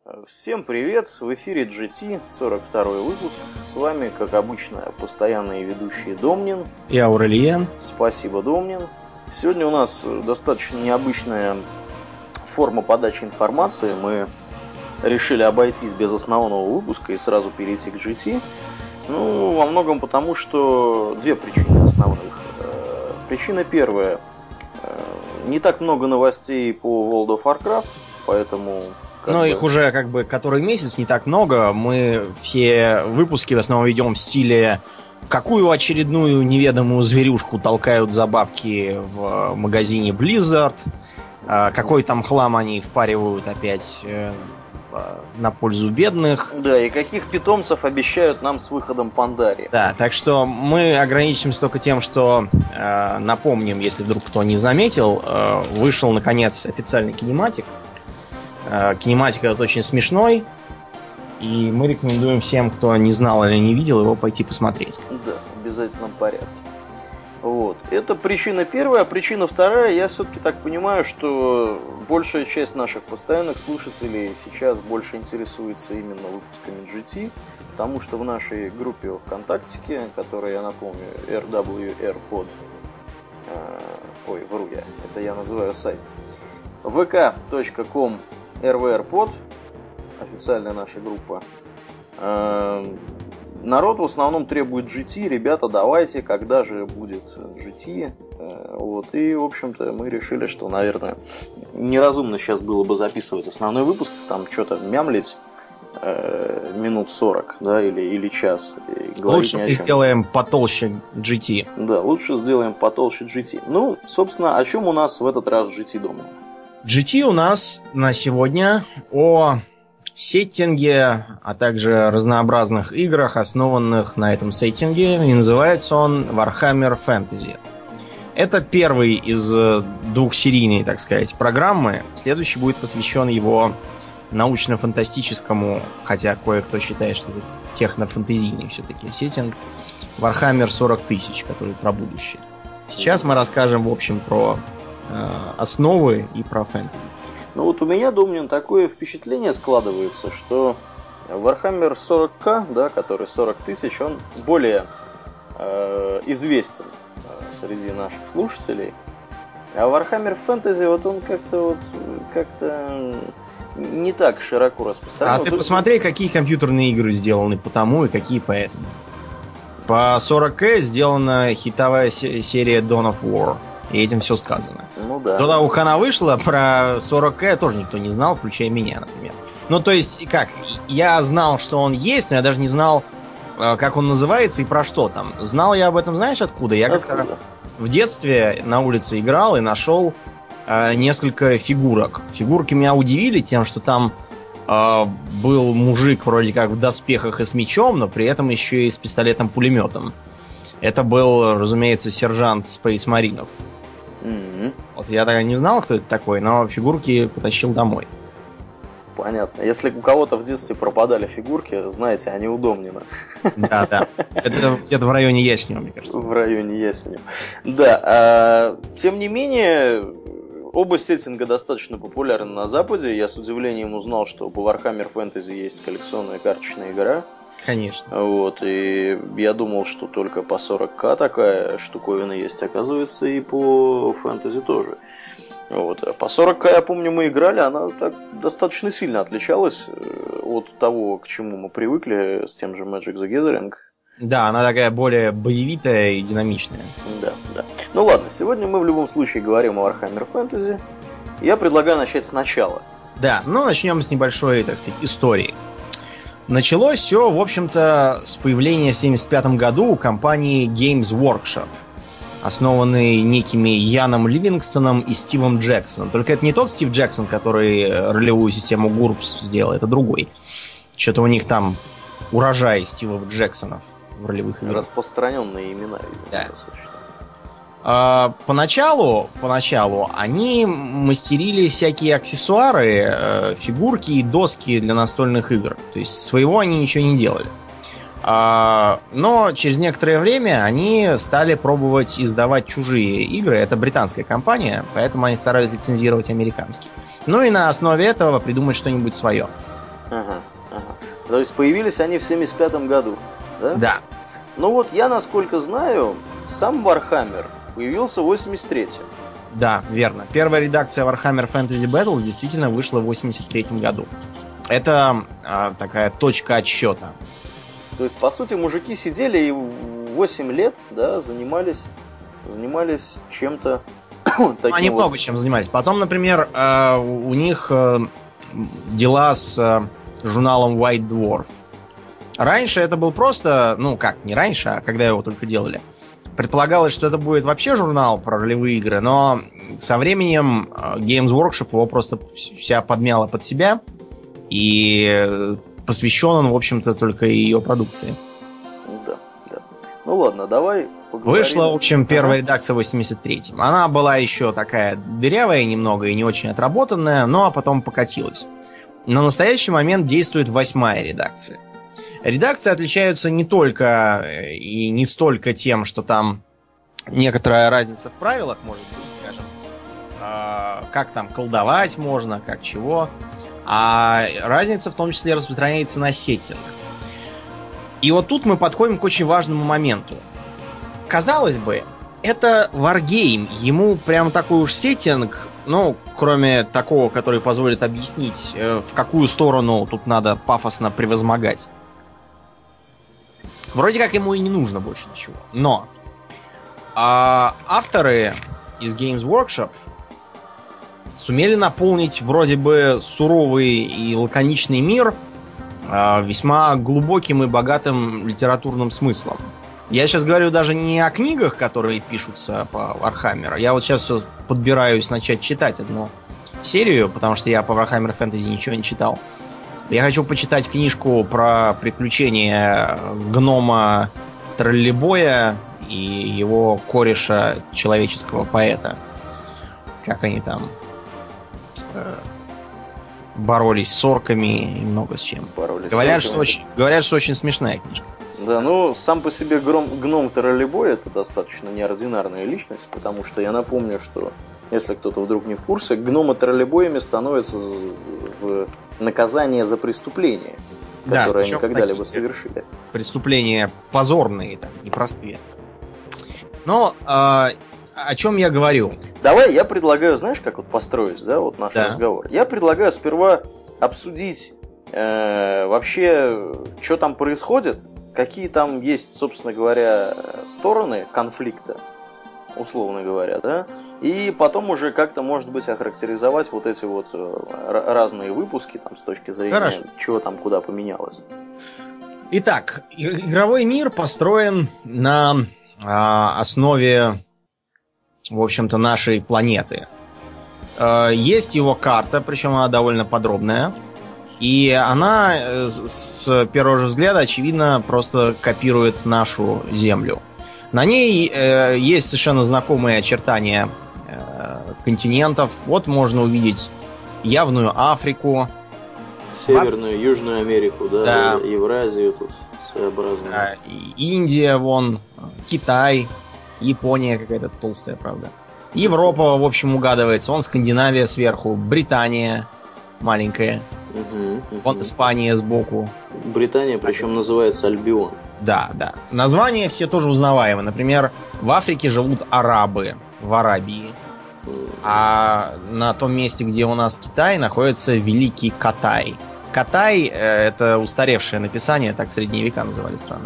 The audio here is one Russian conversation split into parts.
Всем привет! В эфире GT, 42-й выпуск. С вами, как обычно, постоянные ведущие Домнин и Аурельен. Спасибо, Домнин. Сегодня у нас достаточно необычная форма подачи информации. Мы решили обойтись без основного выпуска и сразу перейти к GT. Во многом потому, что две причины основных. Причина первая. Не так много новостей по World of Warcraft, поэтому... их уже который месяц, не так много. Мы все выпуски в основном ведем в стиле какую очередную неведомую зверюшку толкают за бабки в магазине Blizzard, какой там хлам они впаривают опять на пользу бедных. Да, и каких питомцев обещают нам с выходом Пандари. Да, так что мы ограничимся только тем, что напомним, если вдруг кто не заметил, вышел наконец официальный кинематик. Кинематик этот очень смешной, и мы рекомендуем всем, кто не знал или не видел, его пойти посмотреть. Да, в обязательном порядке. Это причина первая, а причина вторая. Я все-таки так понимаю, что большая часть наших постоянных слушателей сейчас больше интересуется именно выпусками GT, потому что в нашей группе ВКонтактике, которая, я напомню, RWR-под, это я называю сайт, vk.com RWR-под, официальная наша группа. Народ в основном требует GT. Ребята, давайте, когда же будет GT? И, в общем-то, мы решили, что, наверное, неразумно сейчас было бы записывать основной выпуск, там что-то мямлить минут 40, да, или час. Лучше мы сделаем потолще GT. Да, лучше сделаем потолще GT. Собственно, о чем у нас в этот раз GT, дома? GT у нас на сегодня о сеттинге, а также разнообразных играх, основанных на этом сеттинге. И называется он Warhammer Fantasy. Это первый из двухсерийной, так сказать, программы. Следующий будет посвящен его научно-фантастическому, хотя кое-кто считает, что это техно-фантазийный все-таки сеттинг, Warhammer 40 тысяч, который про будущее. Сейчас мы расскажем, в общем, про основы и про фэнтези. У меня, Домнин, такое впечатление складывается, что Warhammer 40К, да, который 40 тысяч, он более известен среди наших слушателей. А Warhammer Fantasy, он как-то не так широко распространен. А ты посмотри, какие компьютерные игры сделаны по тому и какие по этому. По 40К сделана хитовая серия Dawn of War. И этим все сказано. Да. Когда у Хана вышла, про 40К тоже никто не знал, включая меня, например. Я знал, что он есть, но я даже не знал, как он называется и про что там. Знал я об этом, знаешь, откуда? Я как-то в детстве на улице играл и нашел несколько фигурок. Фигурки меня удивили тем, что там был мужик вроде как в доспехах и с мечом, но при этом еще и с пистолетом-пулеметом. Это был, разумеется, сержант Space Marines. Я тогда не знал, кто это такой, но фигурки потащил домой. Понятно. Если у кого-то в детстве пропадали фигурки, знаете, они удобнее. Да. Это где-то в районе Ясенева, мне кажется. В районе Ясенева. Да. Тем не менее, оба сеттинга достаточно популярны на Западе. Я с удивлением узнал, что по Warhammer Fantasy есть коллекционная карточная игра. Конечно. И я думал, что только по 40К такая штуковина есть. Оказывается, и по фэнтези тоже. А по 40К, я помню, мы играли, она так достаточно сильно отличалась от того, к чему мы привыкли с тем же Magic the Gathering. Да, она такая более боевитая и динамичная. Да. Ладно, сегодня мы в любом случае говорим о Warhammer Fantasy. Я предлагаю начать сначала. Да, начнем с небольшой, так сказать, истории. Началось все, в общем-то, с появления в 1975 году компании Games Workshop, основанной некими Яном Ливингстоном и Стивом Джексоном. Только это не тот Стив Джексон, который ролевую систему GURPS сделал, это другой. Что-то у них там урожай Стивов Джексонов в ролевых играх. Распространенные имена. Да. Поначалу они мастерили всякие аксессуары, фигурки и доски для настольных игр. То есть своего они ничего не делали. Но через некоторое время они стали пробовать издавать чужие игры. Это британская компания, поэтому они старались лицензировать американские. Ну и на основе этого придумать что-нибудь свое. Ага, ага. То есть появились они в 75-м году, да? Да. Ну вот я, насколько знаю, сам Warhammer появился в 83-м. Да, верно. Первая редакция Warhammer Fantasy Battles действительно вышла в 83-м году. Это такая точка отсчета. То есть, по сути, мужики сидели и 8 лет, да, занимались чем-то таким. Они много чем занимались. Потом, например, у них дела с журналом White Dwarf. Раньше это был просто, ну как, не раньше, а когда его только делали. Предполагалось, что это будет вообще журнал про ролевые игры, но со временем Games Workshop его просто вся подмяла под себя, и посвящен он, в общем-то, только ее продукции. Да, да. Ну ладно, давай поговорим. Вышла, в общем, первая редакция в 83-м. Она была еще такая дырявая немного и не очень отработанная, но потом покатилась. На настоящий момент действует 8-я редакция. Редакции отличаются не только и не столько тем, что там некоторая разница в правилах, может быть, скажем, как там колдовать можно, как чего, а разница в том числе распространяется на сеттинг. И вот тут мы подходим к очень важному моменту. Казалось бы, это варгейм, ему прям такой уж сеттинг, ну, кроме такого, который позволит объяснить, в какую сторону тут надо пафосно превозмогать. Вроде как ему и не нужно больше ничего. Но авторы из Games Workshop сумели наполнить вроде бы суровый и лаконичный мир весьма глубоким и богатым литературным смыслом. Я сейчас говорю даже не о книгах, которые пишутся по Warhammer. Я вот сейчас все подбираюсь начать читать одну серию, потому что я по Warhammer Fantasy ничего не читал. Я хочу почитать книжку про приключения гнома Троллибоя и его кореша человеческого поэта. Как они там боролись с орками и много с чем. Говорят, что очень смешная книжка. Да, ну, сам по себе гном Троллибой — это достаточно неординарная личность, потому что я напомню, что, если кто-то вдруг не в курсе, гномы Троллибоями становятся в наказание за преступления, которые они когда-либо совершили. Преступления позорные, там, непростые. Но о чем я говорю? Давай я предлагаю, знаешь, как вот построить, да, вот наш разговор. Я предлагаю сперва обсудить вообще, что там происходит, какие там есть, собственно говоря, стороны конфликта, условно говоря, да, и потом уже как-то, может быть, охарактеризовать вот эти вот разные выпуски там с точки зрения, чего там куда поменялось. Итак, игровой мир построен на основе, в общем-то, нашей планеты. Есть его карта, причем она довольно подробная. И она, с первого же взгляда, очевидно, просто копирует нашу Землю. На ней есть совершенно знакомые очертания континентов. Вот можно увидеть явную Африку. Северную, Южную Америку, да. Евразию тут своеобразную. Да, Индия, вон, Китай, Япония какая-то толстая, правда. Европа, в общем, угадывается. Вон Скандинавия сверху, Британия маленькая. Вон Испания сбоку. Британия, причем называется Альбион. Да, да. Названия все тоже узнаваемы. Например, в Африке живут арабы, в Арабии. А на том месте, где у нас Китай, находится Великий Катай. Катай — это устаревшее написание, так в средние века называли страну.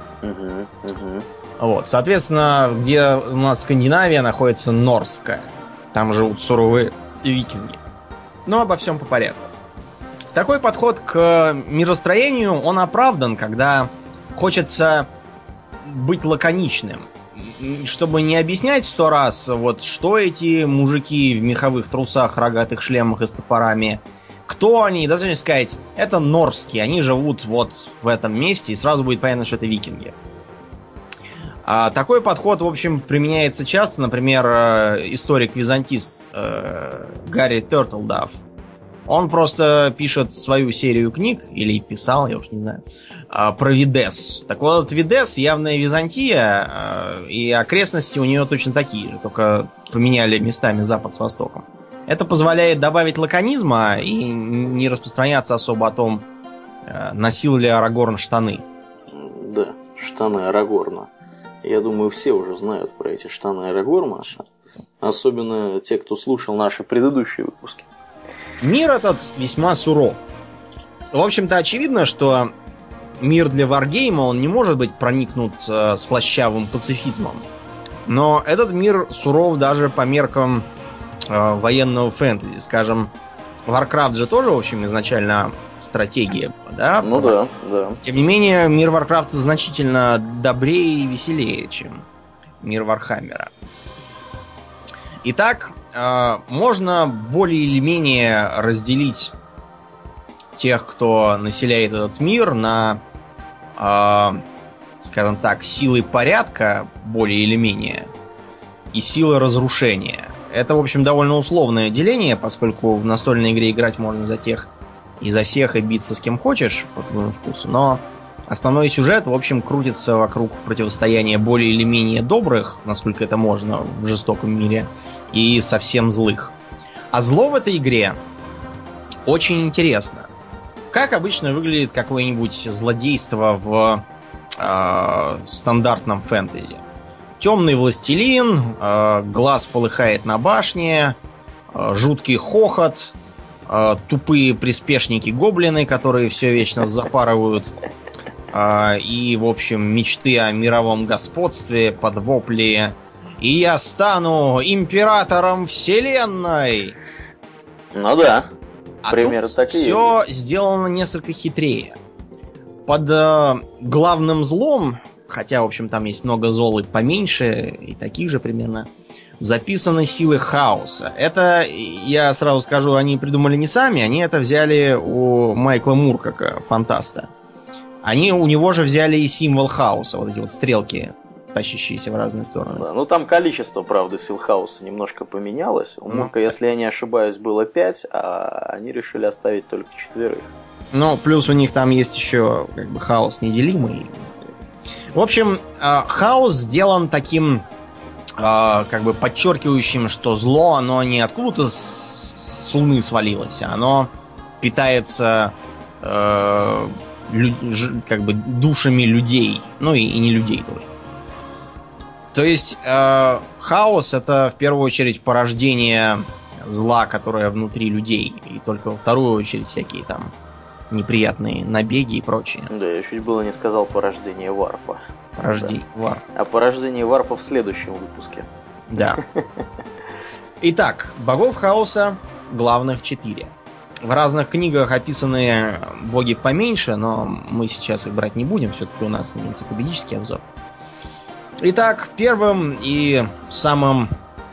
Вот, соответственно, где у нас Скандинавия, находится Норская. Там живут суровые викинги. Но обо всем по порядку. Такой подход к миростроению, он оправдан, когда хочется быть лаконичным. Чтобы не объяснять 100 раз, вот что эти мужики в меховых трусах, рогатых шлемах и с топорами, кто они, достаточно сказать, это норские, они живут вот в этом месте, и сразу будет понятно, что это викинги. Такой подход, в общем, применяется часто. Например, историк-византист Гарри Тёртлдафф. Он просто пишет свою серию книг, или писал, я уж не знаю, про Видес. Так вот, Видес явная Византия, и окрестности у нее точно такие же, только поменяли местами Запад с Востоком. Это позволяет добавить лаконизма и не распространяться особо о том, носил ли Арагорн штаны. Да, штаны Арагорна. Я думаю, все уже знают про эти штаны Арагорна. Особенно те, кто слушал наши предыдущие выпуски. Мир этот весьма суров. В общем-то, очевидно, что мир для варгейма, он не может быть проникнут слащавым пацифизмом. Но этот мир суров даже по меркам военного фэнтези. Скажем, Warcraft же тоже, в общем, изначально стратегия была, да? Ну да, да. Тем не менее, мир Warcraft значительно добрее и веселее, чем мир Вархаммера. Итак, можно более или менее разделить тех, кто населяет этот мир, на, скажем так, силы порядка, более или менее, и силы разрушения. Это, в общем, довольно условное деление, поскольку в настольной игре играть можно за тех и за всех, и биться с кем хочешь, по твоему вкусу, но основной сюжет, в общем, крутится вокруг противостояния более или менее добрых, насколько это можно в жестоком мире, и совсем злых. А зло в этой игре очень интересно. Как обычно выглядит какое-нибудь злодейство в стандартном фэнтези? Темный властелин, глаз полыхает на башне, жуткий хохот, тупые приспешники-гоблины, которые все вечно запарывают, и, в общем, мечты о мировом господстве под вопли «И я стану императором вселенной!» Ну да, примерно тут так и есть. Все сделано несколько хитрее. Под главным злом, хотя, в общем, там есть много зол и поменьше, и таких же примерно, записаны силы хаоса. Это, я сразу скажу, они придумали не сами, они это взяли у Майкла Муркака, фантаста. Они у него же взяли и символ хаоса, вот эти вот стрелки, тащащиеся в разные стороны. Да, ну там количество, правда, сил хаоса немножко поменялось. У Мурка, если я не ошибаюсь, было 5, а они решили оставить только 4. Ну, плюс у них там есть еще как бы хаос неделимый. В общем, хаос сделан таким как бы подчеркивающим, что зло, оно не откуда-то с луны свалилось, а оно питается как бы душами людей, ну и не людей тоже. То есть хаос — это в первую очередь порождение зла, которое внутри людей, и только во вторую очередь всякие там неприятные набеги и прочее. Да, я чуть было не сказал порождение варпа. Варп. А порождение варпа в следующем выпуске. Да. Итак, богов хаоса главных 4. В разных книгах описаны боги поменьше, но мы сейчас их брать не будем, все-таки у нас не энциклопедический обзор. Итак, первым и самым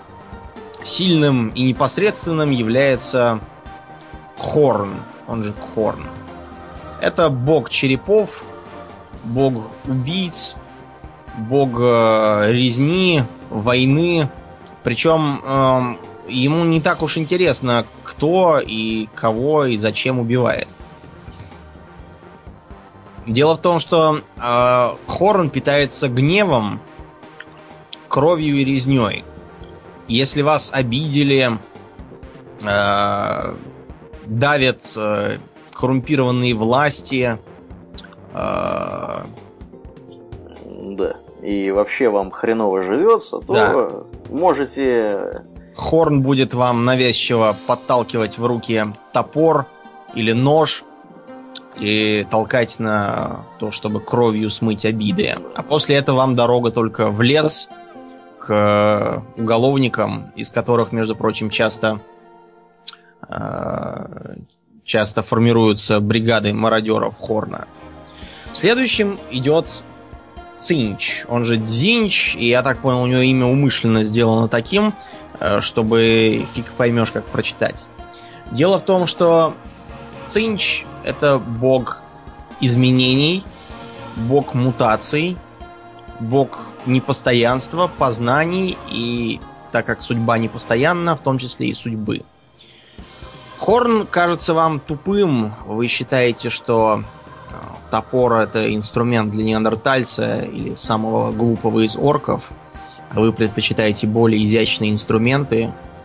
сильным и непосредственным является Хорн, он же Кхорн. Это бог черепов, бог убийц, бог резни, войны. Причем ему не так уж интересно, кто и кого и зачем убивает. Дело в том, что Хорн питается гневом, кровью и резней. Если вас обидели, давят коррумпированные власти. Да. И вообще вам хреново живется, то можете... Хорн будет вам навязчиво подталкивать в руки топор или нож и толкать на то, чтобы кровью смыть обиды. А после этого вам дорога только в лес к уголовникам, из которых, между прочим, часто формируются бригады мародеров Хорна. Следующим идет Цинч, он же Дзинч, и я так понял, у него имя умышленно сделано таким, чтобы фиг поймешь, как прочитать. Дело в том, что Цинч — это бог изменений, бог мутаций, бог непостоянства, познаний, и так как судьба непостоянна, в том числе и судьбы. Хорн кажется вам тупым, вы считаете, что топор — это инструмент для неандертальца или самого глупого из орков, а вы предпочитаете более изящные инструменты,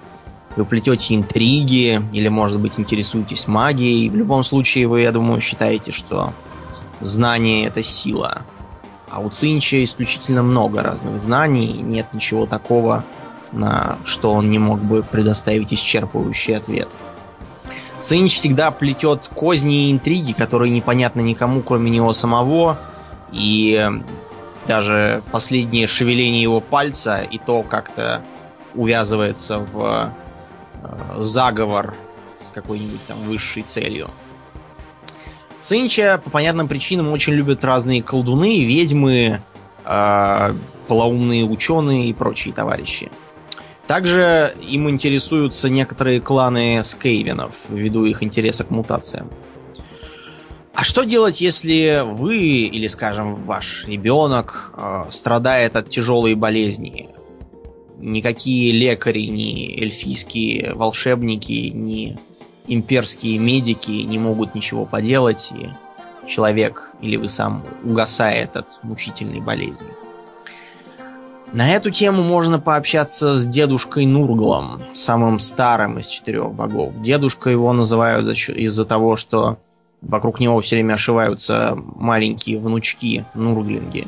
вы плетете интриги, или, может быть, интересуетесь магией. В любом случае, вы, я думаю, считаете, что знание — это сила. А у Цинча исключительно много разных знаний, и нет ничего такого, на что он не мог бы предоставить исчерпывающий ответ. Цинч всегда плетет козни и интриги, которые непонятны никому, кроме него самого, и даже последнее шевеление его пальца и то как-то увязывается в заговор с какой-нибудь там высшей целью. Цинча по понятным причинам очень любят разные колдуны, ведьмы, полоумные ученые и прочие товарищи. Также им интересуются некоторые кланы скейвенов ввиду их интереса к мутациям. А что делать, если вы, или, скажем, ваш ребенок страдает от тяжелой болезни? Никакие лекари, ни эльфийские волшебники, ни имперские медики не могут ничего поделать, и человек или вы сам угасает от мучительной болезни. На эту тему можно пообщаться с дедушкой Нурглом, самым старым из 4 богов. Дедушка его называют из-за того, что вокруг него все время ошиваются маленькие внучки Нурглинги.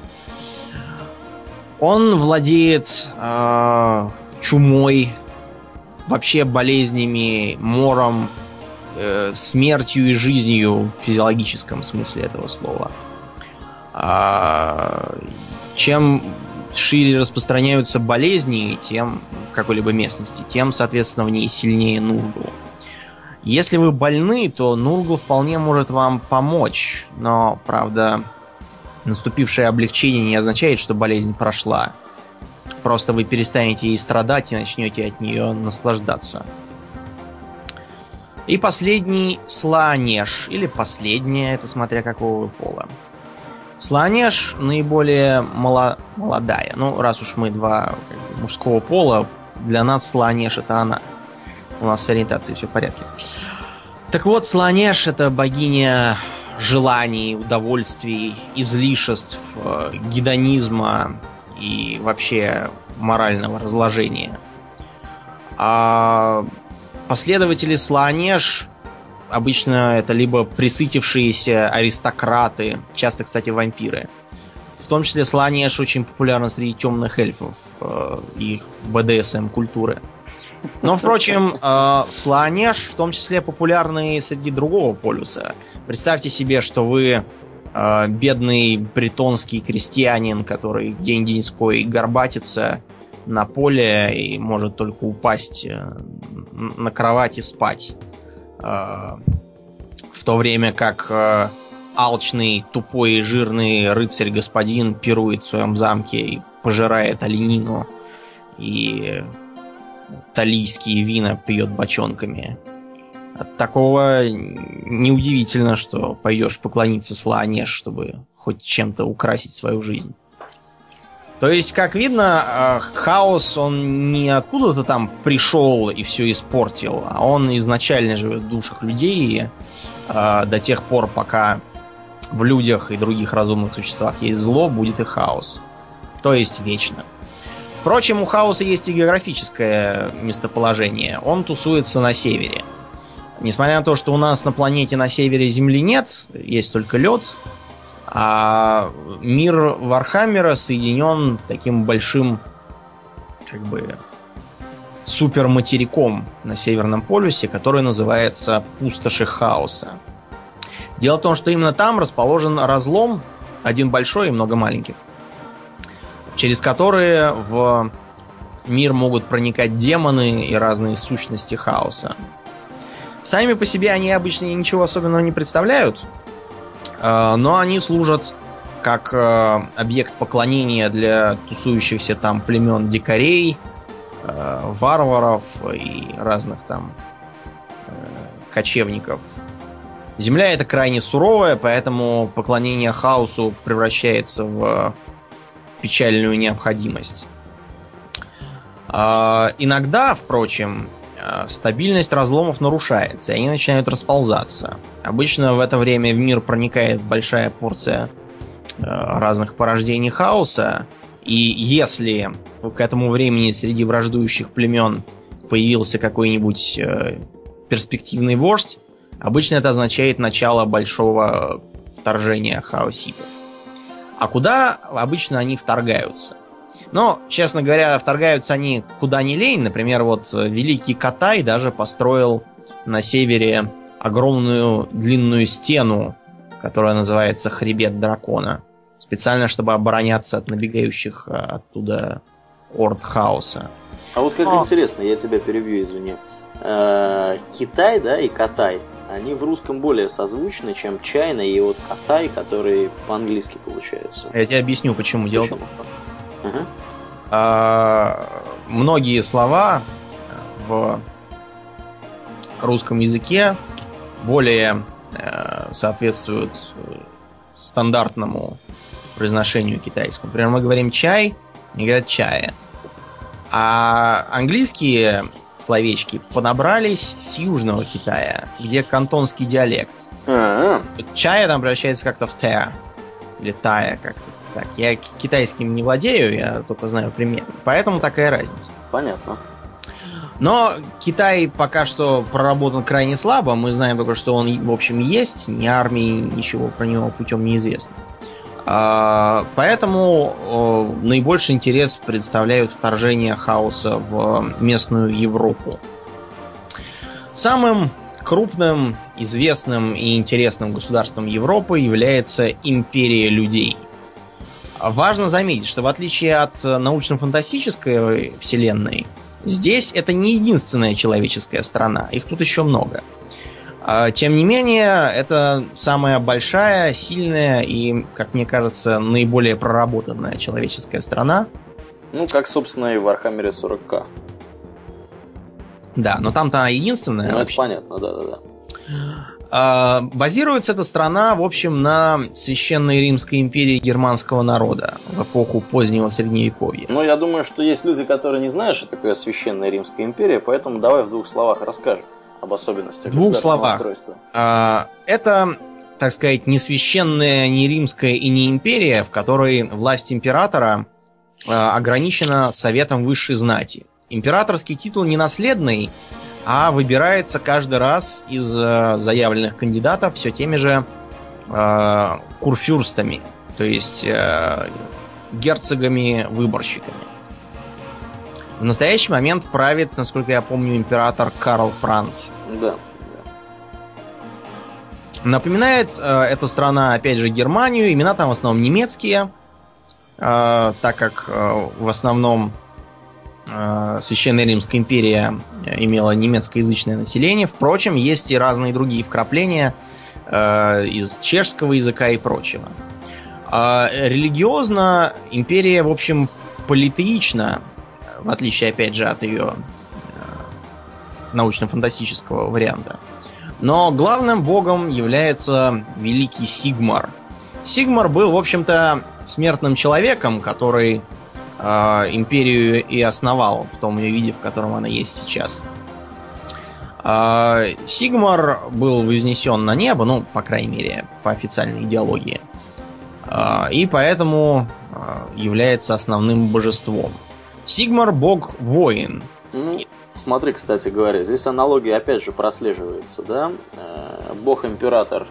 Он владеет чумой, вообще болезнями, мором, смертью и жизнью в физиологическом смысле этого слова. Чем шире распространяются болезни, тем в какой-либо местности, тем, соответственно, в ней сильнее Нургл. Если вы больны, то Нургл вполне может вам помочь, но, правда, наступившее облегчение не означает, что болезнь прошла. Просто вы перестанете ей страдать и начнете от нее наслаждаться. И последний — Слаанеш, или последняя, это смотря какого вы пола. Слаанеш наиболее молодая. Ну, раз уж мы два мужского пола, для нас Слаанеш — это она. У нас с ориентацией все в порядке. Так вот, Слаанеш — это богиня желаний, удовольствий, излишеств, гедонизма и вообще морального разложения. А последователи Слаанеш обычно это либо пресытившиеся аристократы, часто, кстати, вампиры. В том числе Слаанеш очень популярна среди темных эльфов и их БДСМ-культуры. Но, впрочем, Слаанеш в том числе популярны среди другого полюса. Представьте себе, что вы бедный бретонский крестьянин, который день-деньской горбатится на поле и может только упасть на кровать и спать. В то время как алчный, тупой и жирный рыцарь-господин пирует в своем замке и пожирает оленину и талийские вина пьет бочонками. От такого неудивительно, что пойдешь поклониться Слаанеш, чтобы хоть чем-то украсить свою жизнь. То есть, как видно, хаос, он не откуда-то там пришел и все испортил, а он изначально живет в душах людей до тех пор, пока в людях и других разумных существах есть зло, будет и хаос. То есть вечно. Впрочем, у хаоса есть и географическое местоположение. Он тусуется на севере. Несмотря на то, что у нас на планете на севере Земли нет, есть только лед, а мир Вархаммера соединен таким большим, как бы, суперматериком на Северном полюсе, который называется Пустоши Хаоса. Дело в том, что именно там расположен разлом, один большой и много маленьких, через которые в мир могут проникать демоны и разные сущности хаоса. Сами по себе они обычно ничего особенного не представляют, но они служат как объект поклонения для тусующихся там племен дикарей, варваров и разных там кочевников. Земля эта крайне суровая, поэтому поклонение хаосу превращается в печальную необходимость. Иногда, впрочем, стабильность разломов нарушается, и они начинают расползаться. Обычно в это время в мир проникает большая порция разных порождений хаоса, и если к этому времени среди враждующих племен появился какой-нибудь перспективный вождь, обычно это означает начало большого вторжения хаоситов. А куда обычно они вторгаются? Но, честно говоря, вторгаются они куда ни лень. Например, вот Великий Катай даже построил на севере огромную длинную стену, которая называется Хребет Дракона. Специально, чтобы обороняться от набегающих оттуда орд хаоса. А вот как интересно, я тебя перебью, извини. Китай, да, и Катай, они в русском более созвучны, чем Чайна и вот Катай, которые по-английски получаются. Я тебе объясню, почему. Дело. Ага. Многие слова в русском языке более соответствуют стандартному произношению китайскому. Например, мы говорим чай, они говорят чая. А английские словечки подобрались с Южного Китая, где кантонский диалект. Чая там превращается как-то в тэ. Или тая как-то. Так, я китайским не владею, я только знаю примерно. Поэтому такая разница. Понятно. Но Китай пока что проработан крайне слабо. Мы знаем только, что он, в общем, есть. Ни армии, ничего про него путем неизвестно. Поэтому наибольший интерес представляют вторжения хаоса в местную Европу. Самым крупным, известным и интересным государством Европы является Империя людей. Важно заметить, что в отличие от научно-фантастической вселенной, здесь это не единственная человеческая страна. Их тут еще много. Тем не менее, это самая большая, сильная и, как мне кажется, наиболее проработанная человеческая страна. Ну, как, собственно, и в Warhammer 40К. Да, но там-то она единственная. Ну, это понятно, да-да-да. Базируется эта страна, в общем, на Священной Римской империи германского народа в эпоху позднего Средневековья. Ну, я думаю, что есть люди, которые не знают, что такое Священная Римская империя, поэтому давай в двух словах расскажем об особенностях государственного устройства. Это, так сказать, не священная, не римская и не империя, в которой власть императора ограничена советом высшей знати. Императорский титул не наследный, а выбирается каждый раз из заявленных кандидатов все теми же курфюрстами, то есть герцогами-выборщиками. В настоящий момент правит, насколько я помню, император Карл Франц. Да. Напоминает эта страна, опять же, Германию. Имена там в основном немецкие, так как в основном Священная Римская империя имела немецкоязычное население. Впрочем, есть и разные другие вкрапления из чешского языка и прочего. Религиозно империя, в общем, политеична, в отличие, опять же, от ее научно-фантастического варианта. Но главным богом является великий Сигмар. Сигмар был, в общем-то, смертным человеком, который империю и основал в том ее виде, в котором она есть сейчас. Сигмар был вознесен на небо, ну, по крайней мере, по официальной идеологии. И поэтому является основным божеством. Сигмар — бог-воин. Ну, смотри, кстати говоря, здесь аналогия опять же прослеживается, да? Бог-император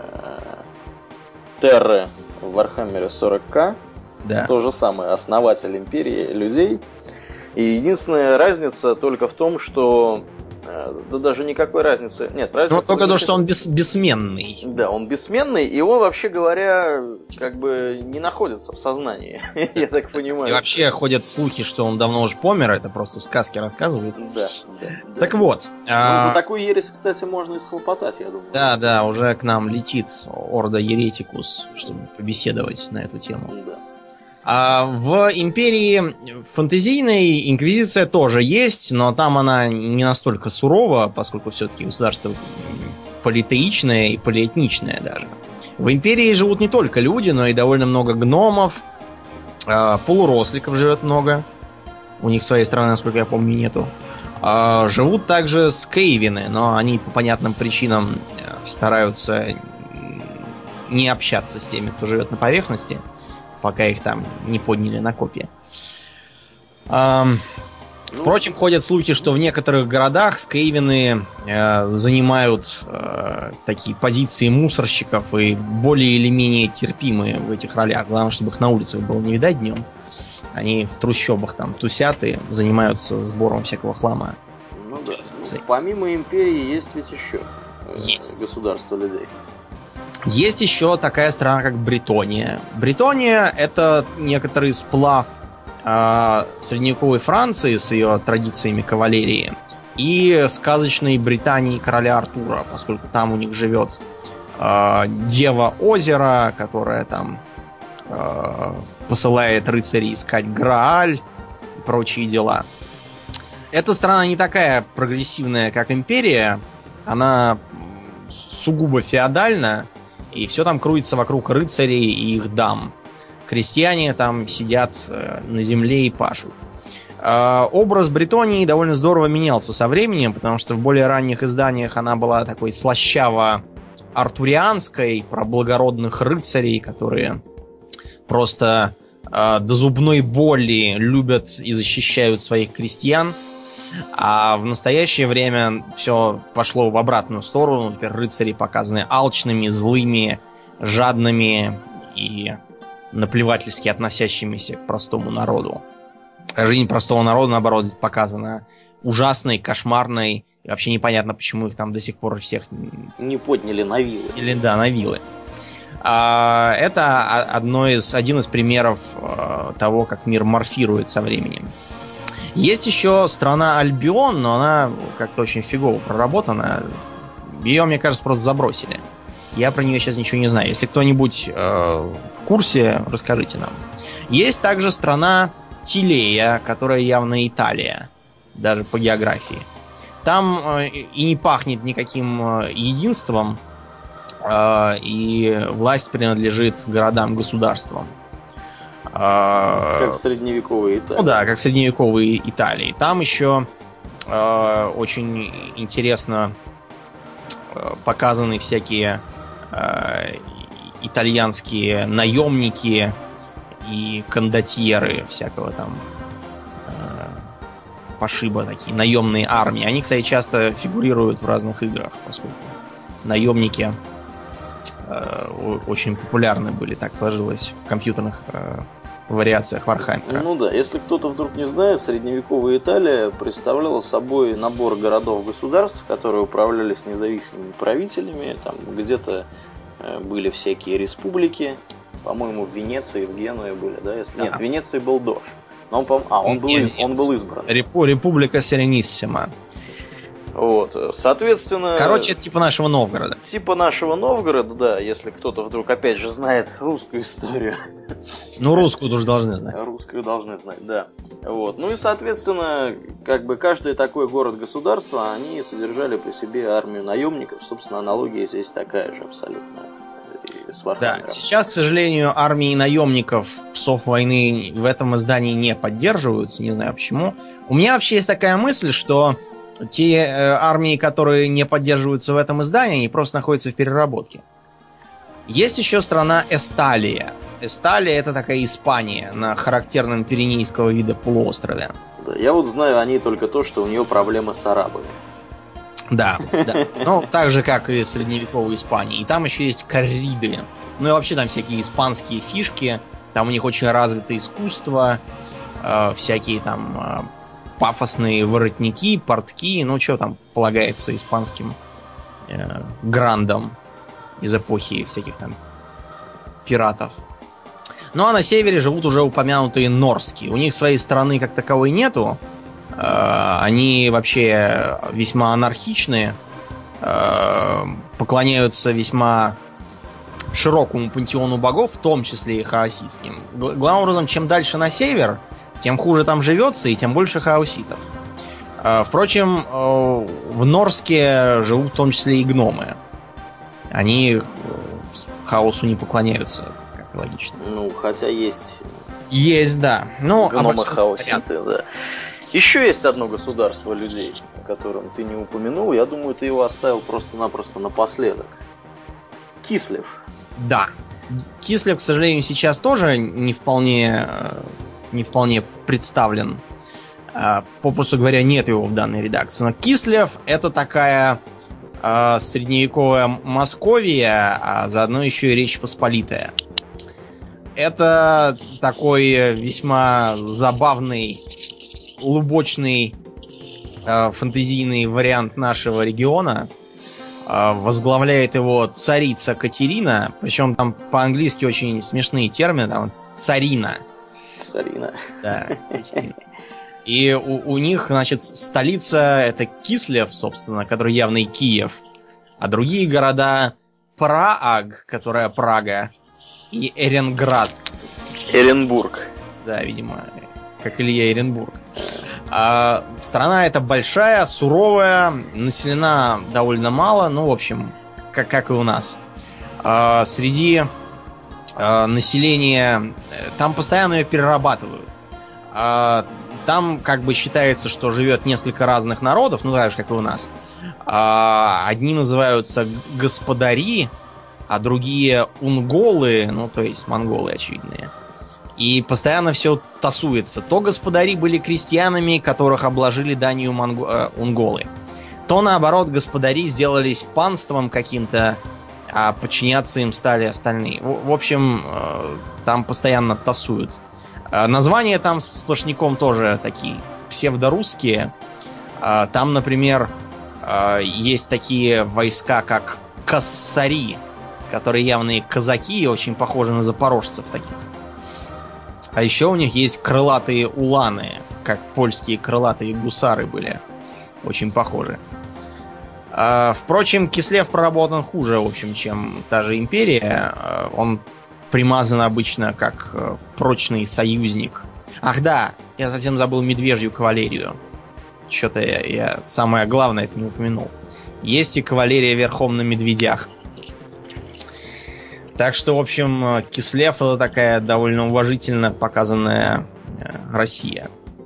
Терры в Warhammer 40К. Да. То же самое, основатель империи людей. И единственная разница только в том, что... Да даже никакой разницы... Нет, разница... Но только то, что он бессменный. Да, он бессменный, и он, вообще говоря, как бы не находится в сознании, я так понимаю. И вообще ходят слухи, что он давно уже помер, это просто сказки рассказывают. Да. Так вот. За такую ересь, кстати, можно и схлопотать, я думаю. Да, уже к нам летит Орда Еретикус, чтобы побеседовать на эту тему. Да. В империи фэнтезийной инквизиция тоже есть, но там она не настолько сурова, поскольку все-таки государство политеичное и полиэтничное даже. В империи живут не только люди, но и довольно много гномов, полуросликов живет много. У них своей страны, насколько я помню, нету. Живут также скейвины, но они по понятным причинам стараются не общаться с теми, кто живет на поверхности, пока их там не подняли на копья. Впрочем, ходят слухи, что в некоторых городах скейвены занимают такие позиции мусорщиков и более или менее терпимые в этих ролях. Главное, чтобы их на улицах было не видать днем. Они в трущобах там тусят и занимаются сбором всякого хлама. Ну да. Помимо империи есть ведь еще государство людей. Есть еще такая страна, как Бретония. Бретония — это некоторый сплав средневековой Франции с ее традициями кавалерии и сказочной Британии короля Артура, поскольку там у них живет Дева Озера, которая там посылает рыцарей искать Грааль и прочие дела. Эта страна не такая прогрессивная, как империя. Она сугубо феодальна, и все там крутится вокруг рыцарей и их дам. Крестьяне там сидят на земле и пашут. Образ Бретонии довольно здорово менялся со временем, потому что в более ранних изданиях она была такой слащаво-артурианской, про благородных рыцарей, которые просто до зубной боли любят и защищают своих крестьян. А в настоящее время все пошло в обратную сторону. Теперь рыцари показаны алчными, злыми, жадными и наплевательски относящимися к простому народу. А жизнь простого народа, наоборот, показана ужасной, кошмарной. И вообще непонятно, почему их там до сих пор всех не подняли на вилы. Или да, на вилы. Это один из примеров того, как мир морфирует со временем. Есть еще страна Альбион, но она как-то очень фигово проработана. Ее, мне кажется, просто забросили. Я про нее сейчас ничего не знаю. Если кто-нибудь в курсе, расскажите нам. Есть также страна Тилея, которая явно Италия, даже по географии. Там и не пахнет никаким единством, и власть принадлежит городам-государствам. Как в средневековой Италии. Ну да, как в средневековой Италии. Там еще очень интересно показаны всякие итальянские наемники и кондотьеры всякого там пошиба, такие наемные армии. Они, кстати, часто фигурируют в разных играх, поскольку наемники очень популярны были, так сложилось в компьютерных вариациях Вархаммера. Ну да, если кто-то вдруг не знает, средневековая Италия представляла собой набор городов-государств, которые управлялись независимыми правителями. Там где-то были всякие республики. По-моему, в Венеции, в Генуе были, да? Если нет, в Венеции был Дож. Но он был избран. Република Серениссима. Вот, соответственно... Короче, это типа нашего Новгорода. Типа нашего Новгорода, да, если кто-то вдруг, опять же, знает русскую историю. Ну, русскую тоже должны знать. Русскую должны знать, да. Вот. Ну и, соответственно, как бы каждый такой город-государство, они содержали при себе армию наемников. Собственно, аналогия здесь такая же абсолютно. Да, сейчас, к сожалению, армии наемников, псов войны в этом издании не поддерживаются, не знаю почему. У меня вообще есть такая мысль, что те армии, которые не поддерживаются в этом издании, они просто находятся в переработке. Есть еще страна Эсталия. Эсталия — это такая Испания на характерном пиренейского вида полуострове. Да, я вот знаю о ней только то, что у нее проблемы с арабами. Да, да. Ну, так же, как и в средневековой Испании. И там еще есть корриды. Ну и вообще там всякие испанские фишки. Там у них очень развито искусство. Всякие там пафосные воротники, портки. Ну, что там полагается испанским грандам из эпохи всяких там пиратов. Ну, а на севере живут уже упомянутые норские. У них своей страны как таковой нету. Они вообще весьма анархичные, поклоняются весьма широкому пантеону богов, в том числе и хаоситским. Главным образом, чем дальше на север, тем хуже там живется и тем больше хаоситов. Впрочем, в Норске живут в том числе и гномы. Они хаосу не поклоняются, как логично. Ну, хотя есть... Есть, да. Ну, гномы-хаоситы, да. Еще есть одно государство людей, о котором ты не упомянул. Я думаю, ты его оставил просто-напросто напоследок. Кислев. Да. Кислев, к сожалению, сейчас тоже не вполне представлен Попросту говоря, нет его в данной редакции. Но Кислев — это такая средневековая Московия, а заодно еще и Речь Посполитая. Это такой весьма забавный, лубочный, фэнтезийный вариант нашего региона. Возглавляет его царица Катерина, причем там по-английски очень смешные термины, там царина. Царина. Да, Катерина. И у них, значит, столица это Кислев, собственно, который явно и Киев. А другие города Прааг, которая Прага, и Эренград. Эренбург. Да, видимо, как Илья Эренбург. А страна эта большая, суровая, населена довольно мало, ну, в общем, как и у нас. Среди населения там постоянно ее перерабатывают. Там как бы считается, что живет несколько разных народов, ну так же, как и у нас. Одни называются господари, а другие унголы, ну то есть монголы очевидные. И постоянно все тасуется. То господари были крестьянами, которых обложили данью унголы. То наоборот господари сделались панством каким-то, а подчиняться им стали остальные. В общем, там постоянно тасуют. Названия там сплошняком тоже такие псевдорусские. Там, например, есть такие войска, как кассари, которые явные казаки, очень похожи на запорожцев таких. А еще у них есть крылатые уланы, как польские крылатые гусары были. Очень похожи. Впрочем, Кислев проработан хуже, в общем, чем та же империя. Он примазан обычно как прочный союзник. Ах да, я совсем забыл медвежью кавалерию. Что-то я самое главное это не упомянул. Есть и кавалерия верхом на медведях. Так что, в общем, Кислев это такая довольно уважительно показанная Россия.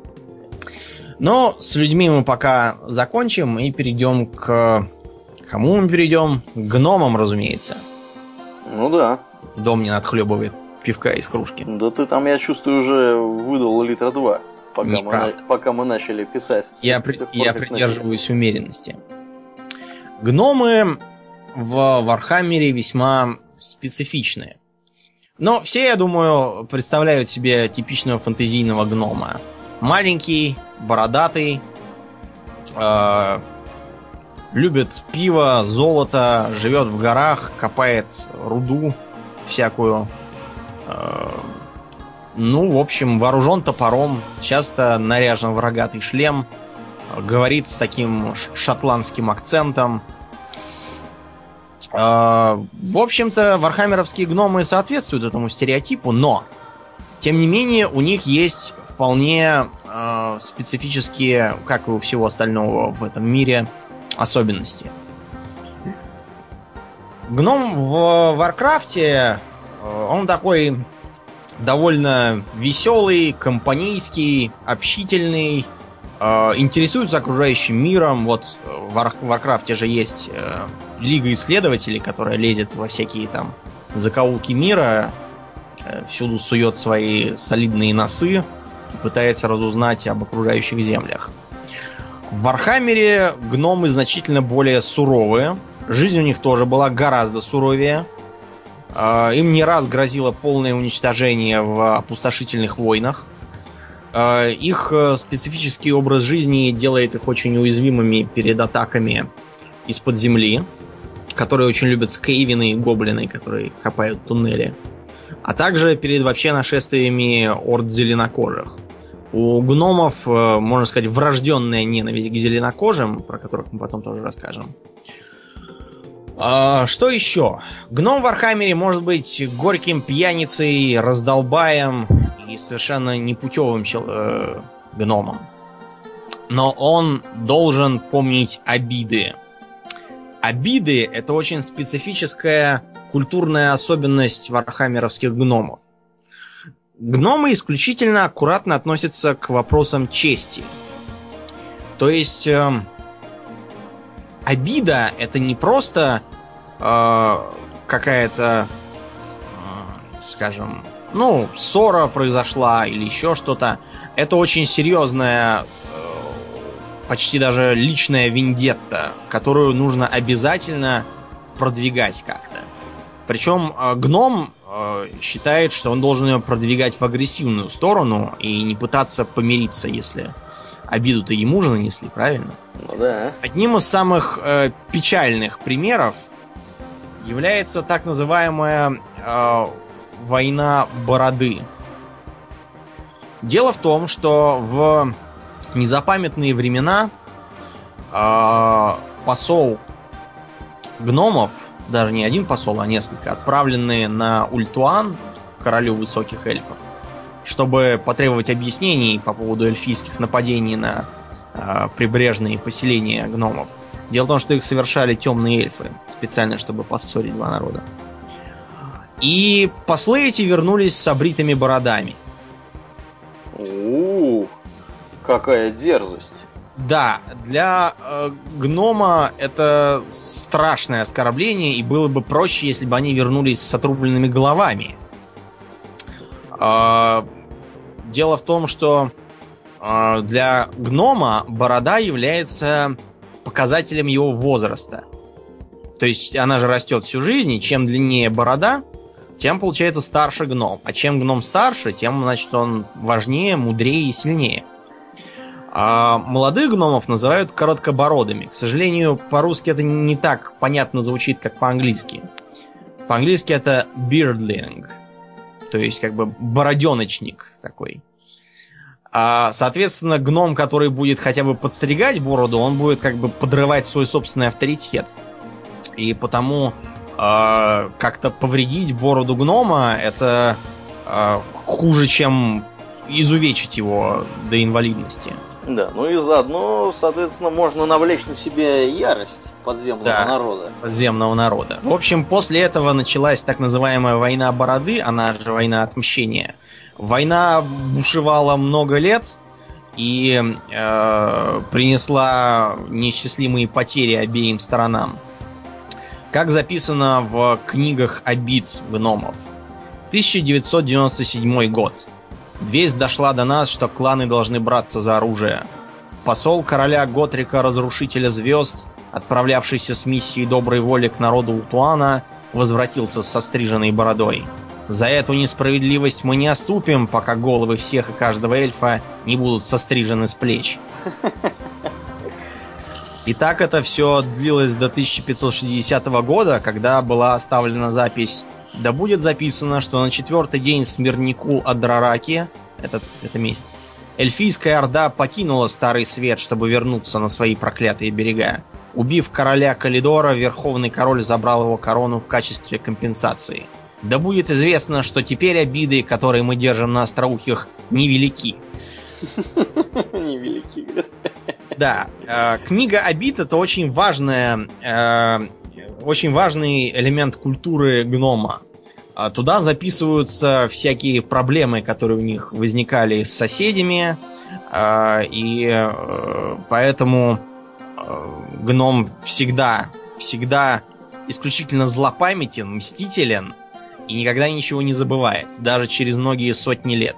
Но с людьми мы пока закончим и перейдем к... Кому мы перейдем? К гномам, разумеется. Ну да. Дом не отхлебывает пивка из кружки. Да ты там, я чувствую, уже выдал литра 2, пока мы начали писать. Я придерживаюсь умеренности. Гномы в Вархаммере весьма специфичные. Но все, я думаю, представляют себе типичного фэнтезийного гнома. Маленький, бородатый, любит пиво, золото, живет в горах, копает руду всякую. Ну, в общем, вооружен топором, часто наряжен в рогатый шлем, говорит с таким шотландским акцентом. В общем-то, вархаммеровские гномы соответствуют этому стереотипу, но, тем не менее, у них есть вполне специфические, как и у всего остального в этом мире, особенности. Гном в Варкрафте, он такой довольно веселый, компанейский, общительный, интересуется окружающим миром. Вот в Варкрафте же есть Лига исследователей, которая лезет во всякие там закоулки мира, всюду сует свои солидные носы и пытается разузнать об окружающих землях. В Вархаммере гномы значительно более суровые. Жизнь у них тоже была гораздо суровее. Им не раз грозило полное уничтожение в опустошительных войнах. Их специфический образ жизни делает их очень уязвимыми перед атаками из-под земли, которые очень любят скейвины и гоблины, которые копают туннели. А также перед вообще нашествиями орд зеленокожих. У гномов, можно сказать, врожденная ненависть к зеленокожим, про которых мы потом тоже расскажем. Что еще? Гном в Вархаммере может быть горьким пьяницей, раздолбаем и совершенно непутевым гномом. Но он должен помнить обиды. Обиды — это очень специфическая культурная особенность вархаммеровских гномов. Гномы исключительно аккуратно относятся к вопросам чести. То есть обида — это не просто какая-то, скажем, ссора произошла или еще что-то. это очень серьезная, почти даже личная вендетта, которую нужно обязательно продвигать как-то. Причем гном считает, что он должен ее продвигать в агрессивную сторону и не пытаться помириться, если обиду-то ему же нанесли, правильно? Ну да. Одним из самых печальных примеров является так называемая война Бороды. Дело в том, что в незапамятные времена посол гномов, даже не один посол, а несколько, отправленные на Ультуан, королю высоких эльфов, чтобы потребовать объяснений по поводу эльфийских нападений на прибрежные поселения гномов. Дело в том, что их совершали темные эльфы, специально, чтобы поссорить два народа. И послы эти вернулись с обритыми бородами. Какая дерзость. Да, для гнома это страшное оскорбление, и было бы проще, если бы они вернулись с отрубленными головами. Дело в том, что для гнома борода является показателем его возраста. То есть она же растет всю жизнь, и чем длиннее борода, тем, получается, старше гном. А чем гном старше, тем, значит, он важнее, мудрее и сильнее. А молодых гномов называют короткобородыми. К сожалению, по-русски это не так понятно звучит, как по-английски. По-английски это beardling. То есть, как бы, бороденочник такой. Соответственно, гном, который будет хотя бы подстригать бороду, он будет, как бы, подрывать свой собственный авторитет. И потому как-то повредить бороду гнома это хуже, чем изувечить его до инвалидности. Да, ну и заодно, соответственно, можно навлечь на себя ярость подземного народа. Подземного народа. В общем, после этого началась так называемая война бороды, она же война отмщения. Война бушевала много лет и принесла неисчислимые потери обеим сторонам. Как записано в книгах обид гномов. 1997 год. Весть дошла до нас, что кланы должны браться за оружие. Посол короля Готрика, разрушителя звезд, отправлявшийся с миссией доброй воли к народу Ултуана, возвратился со стриженной бородой. За эту несправедливость мы не оступим, пока головы всех и каждого эльфа не будут сострижены с плеч. И так это все длилось до 1560 года, когда была оставлена запись: да будет записано, что на 4-й день Смирникул-Адрараки, это месть, эльфийская орда покинула Старый Свет, чтобы вернуться на свои проклятые берега. Убив короля Калидора, верховный король забрал его корону в качестве компенсации. Да будет известно, что теперь обиды, которые мы держим на остроухих, невелики. Невелики, говорят. Да, книга обид — это очень важный элемент культуры гнома. Туда записываются всякие проблемы, которые у них возникали с соседями, и поэтому гном всегда исключительно злопамятен, мстителен и никогда ничего не забывает, даже через многие сотни лет.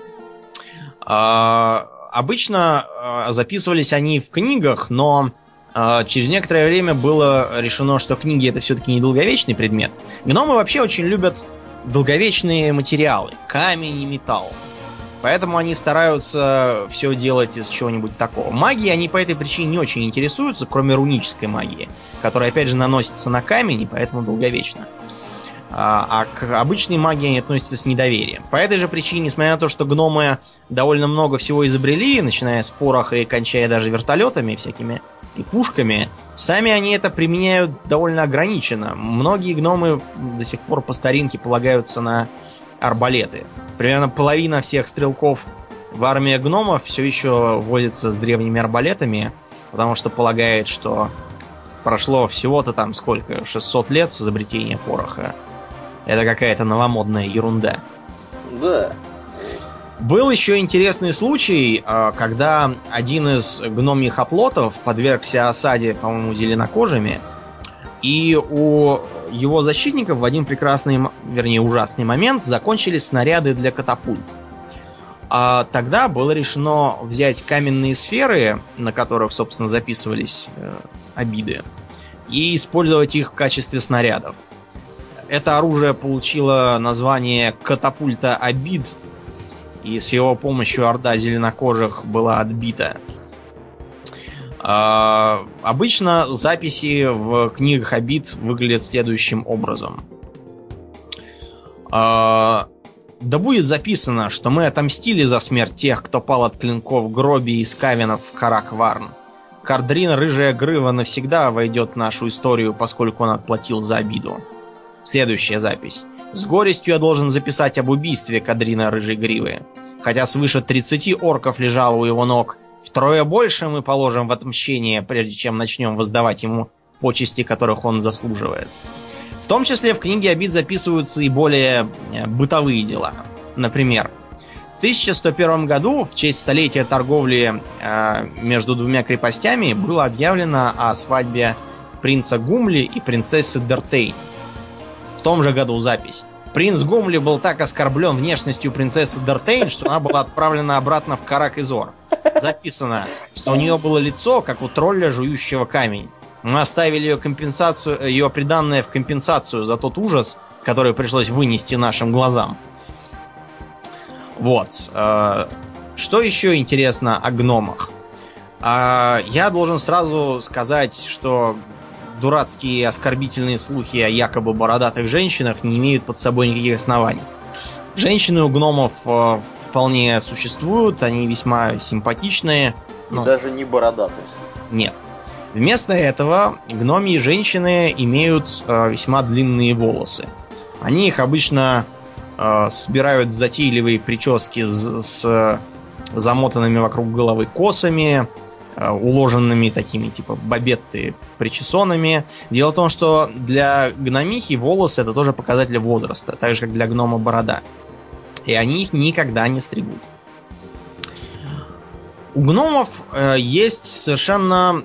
Обычно записывались они в книгах, но через некоторое время было решено, что книги — это все-таки не долговечный предмет. Гномы вообще очень любят долговечные материалы, камень и металл. Поэтому они стараются все делать из чего-нибудь такого. Магией они по этой причине не очень интересуются, кроме рунической магии, которая, опять же, наносится на камень и поэтому долговечна. А к обычной магии они относятся с недоверием. По этой же причине, несмотря на то, что гномы довольно много всего изобрели, начиная с пороха и кончая даже вертолетами всякими и пушками, сами они это применяют довольно ограниченно. Многие гномы до сих пор по старинке полагаются на арбалеты. Примерно половина всех стрелков в армии гномов все еще возится с древними арбалетами, потому что полагает, что прошло всего-то там сколько, 600 лет с изобретения пороха. Это какая-то новомодная ерунда. Да. Был еще интересный случай, когда один из гномьих оплотов подвергся осаде, по-моему, зеленокожими, и у его защитников в один прекрасный, вернее, ужасный момент закончились снаряды для катапульт. А тогда было решено взять каменные сферы, на которых, собственно, записывались обиды, и использовать их в качестве снарядов. Это оружие получило название катапульта обид, и с его помощью орда зеленокожих была отбита. Обычно записи в книгах обид выглядят следующим образом. Да будет записано, что мы отомстили за смерть тех, кто пал от клинков Гроби и Скавенов в Карак-Варн. Кардрин Рыжая Грыва навсегда войдет в нашу историю, поскольку он отплатил за обиду. Следующая запись. С горестью я должен записать об убийстве Кадрина Рыжей Гривы. Хотя свыше 30 орков лежало у его ног, втрое больше мы положим в отмщение, прежде чем начнем воздавать ему почести, которых он заслуживает. В том числе в книге обид записываются и более бытовые дела. Например, в 1101 году в честь столетия торговли между двумя крепостями было объявлено о свадьбе принца Гумли и принцессы Дертейн. В том же году запись. Принц Гумли был так оскорблен внешностью принцессы Дертейн, что она была отправлена обратно в Карак-Изор. Записано, что у нее было лицо, как у тролля, жующего камень. Мы оставили ее приданное в компенсацию за тот ужас, который пришлось вынести нашим глазам. Вот. Что еще интересно о гномах? Я должен сразу сказать, что дурацкие оскорбительные слухи о якобы бородатых женщинах не имеют под собой никаких оснований. Женщины у гномов вполне существуют, они весьма симпатичные. И даже не бородатые. Нет. Вместо этого гномьи женщины имеют весьма длинные волосы. Они их обычно собирают в затейливые прически с замотанными вокруг головы косами, уложенными такими типа бабетты причесонами. Дело в том, что для гномихи волосы это тоже показатель возраста, так же как для гнома борода. И они их никогда не стригут. У гномов есть совершенно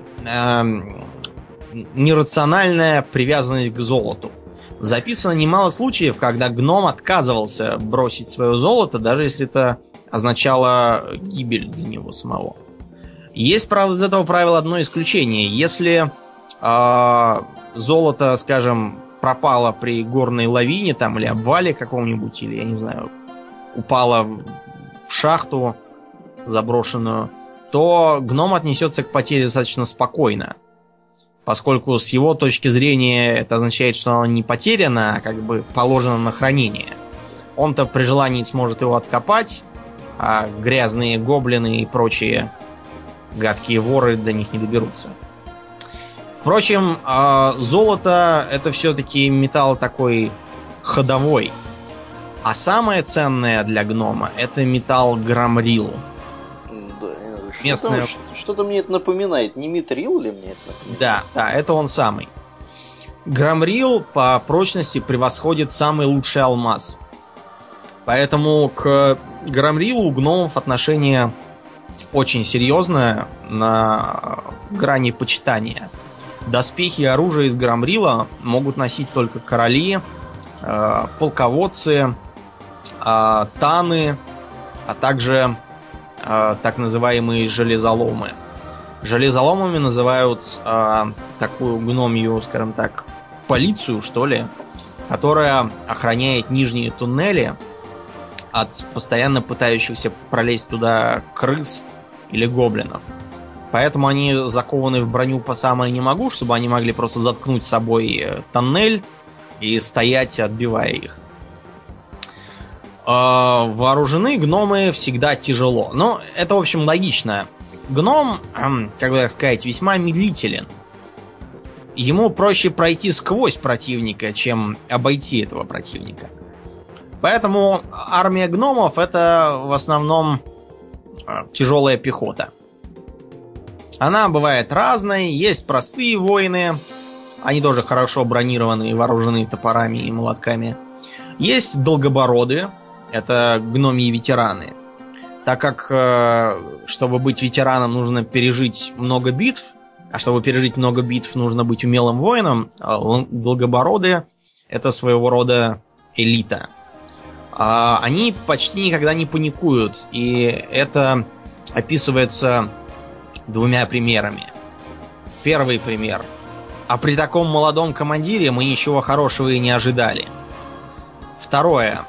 нерациональная привязанность к золоту. Записано немало случаев, когда гном отказывался бросить свое золото, даже если это означало гибель для него самого. Есть, правда, из этого правила одно исключение. Если золото, скажем, пропало при горной лавине там, или обвале каком-нибудь, или, я не знаю, упало в шахту заброшенную, то гном отнесется к потере достаточно спокойно. Поскольку с его точки зрения это означает, что оно не потеряно, а как бы положено на хранение. Он-то при желании сможет его откопать, а грязные гоблины и прочие гадкие воры до них не доберутся. Впрочем, золото это все-таки металл такой ходовой. А самое ценное для гнома это металл грамрил. Местное... Что-то мне это напоминает. Не митрил ли мне это напоминает? Да, это он самый. Грамрил по прочности превосходит самый лучший алмаз. Поэтому к грамрилу у гномов отношение очень серьезное, на грани почитания. Доспехи и оружие из грамрила могут носить только короли, полководцы, таны, а также так называемые железоломы. Железоломами называют такую гномью, скажем так, полицию, что ли, которая охраняет нижние туннели от постоянно пытающихся пролезть туда крыс или гоблинов. Поэтому они закованы в броню по самое не могу, чтобы они могли просто заткнуть собой тоннель и стоять, отбивая их. Вооружены гномы всегда тяжело. Но это, в общем, логично. Гном, как бы так сказать, весьма медлителен. Ему проще пройти сквозь противника, чем обойти этого противника. Поэтому армия гномов это в основном тяжелая пехота. Она бывает разной. Есть простые воины. Они тоже хорошо бронированы и вооружены топорами и молотками. Есть долгобороды. Это гномьи ветераны. Так как, чтобы быть ветераном, нужно пережить много битв, а чтобы пережить много битв, нужно быть умелым воином, долгобороды — это своего рода элита. они почти никогда не паникуют. И это описывается двумя примерами. Первый пример. А при таком молодом командире мы ничего хорошего и не ожидали. Второе.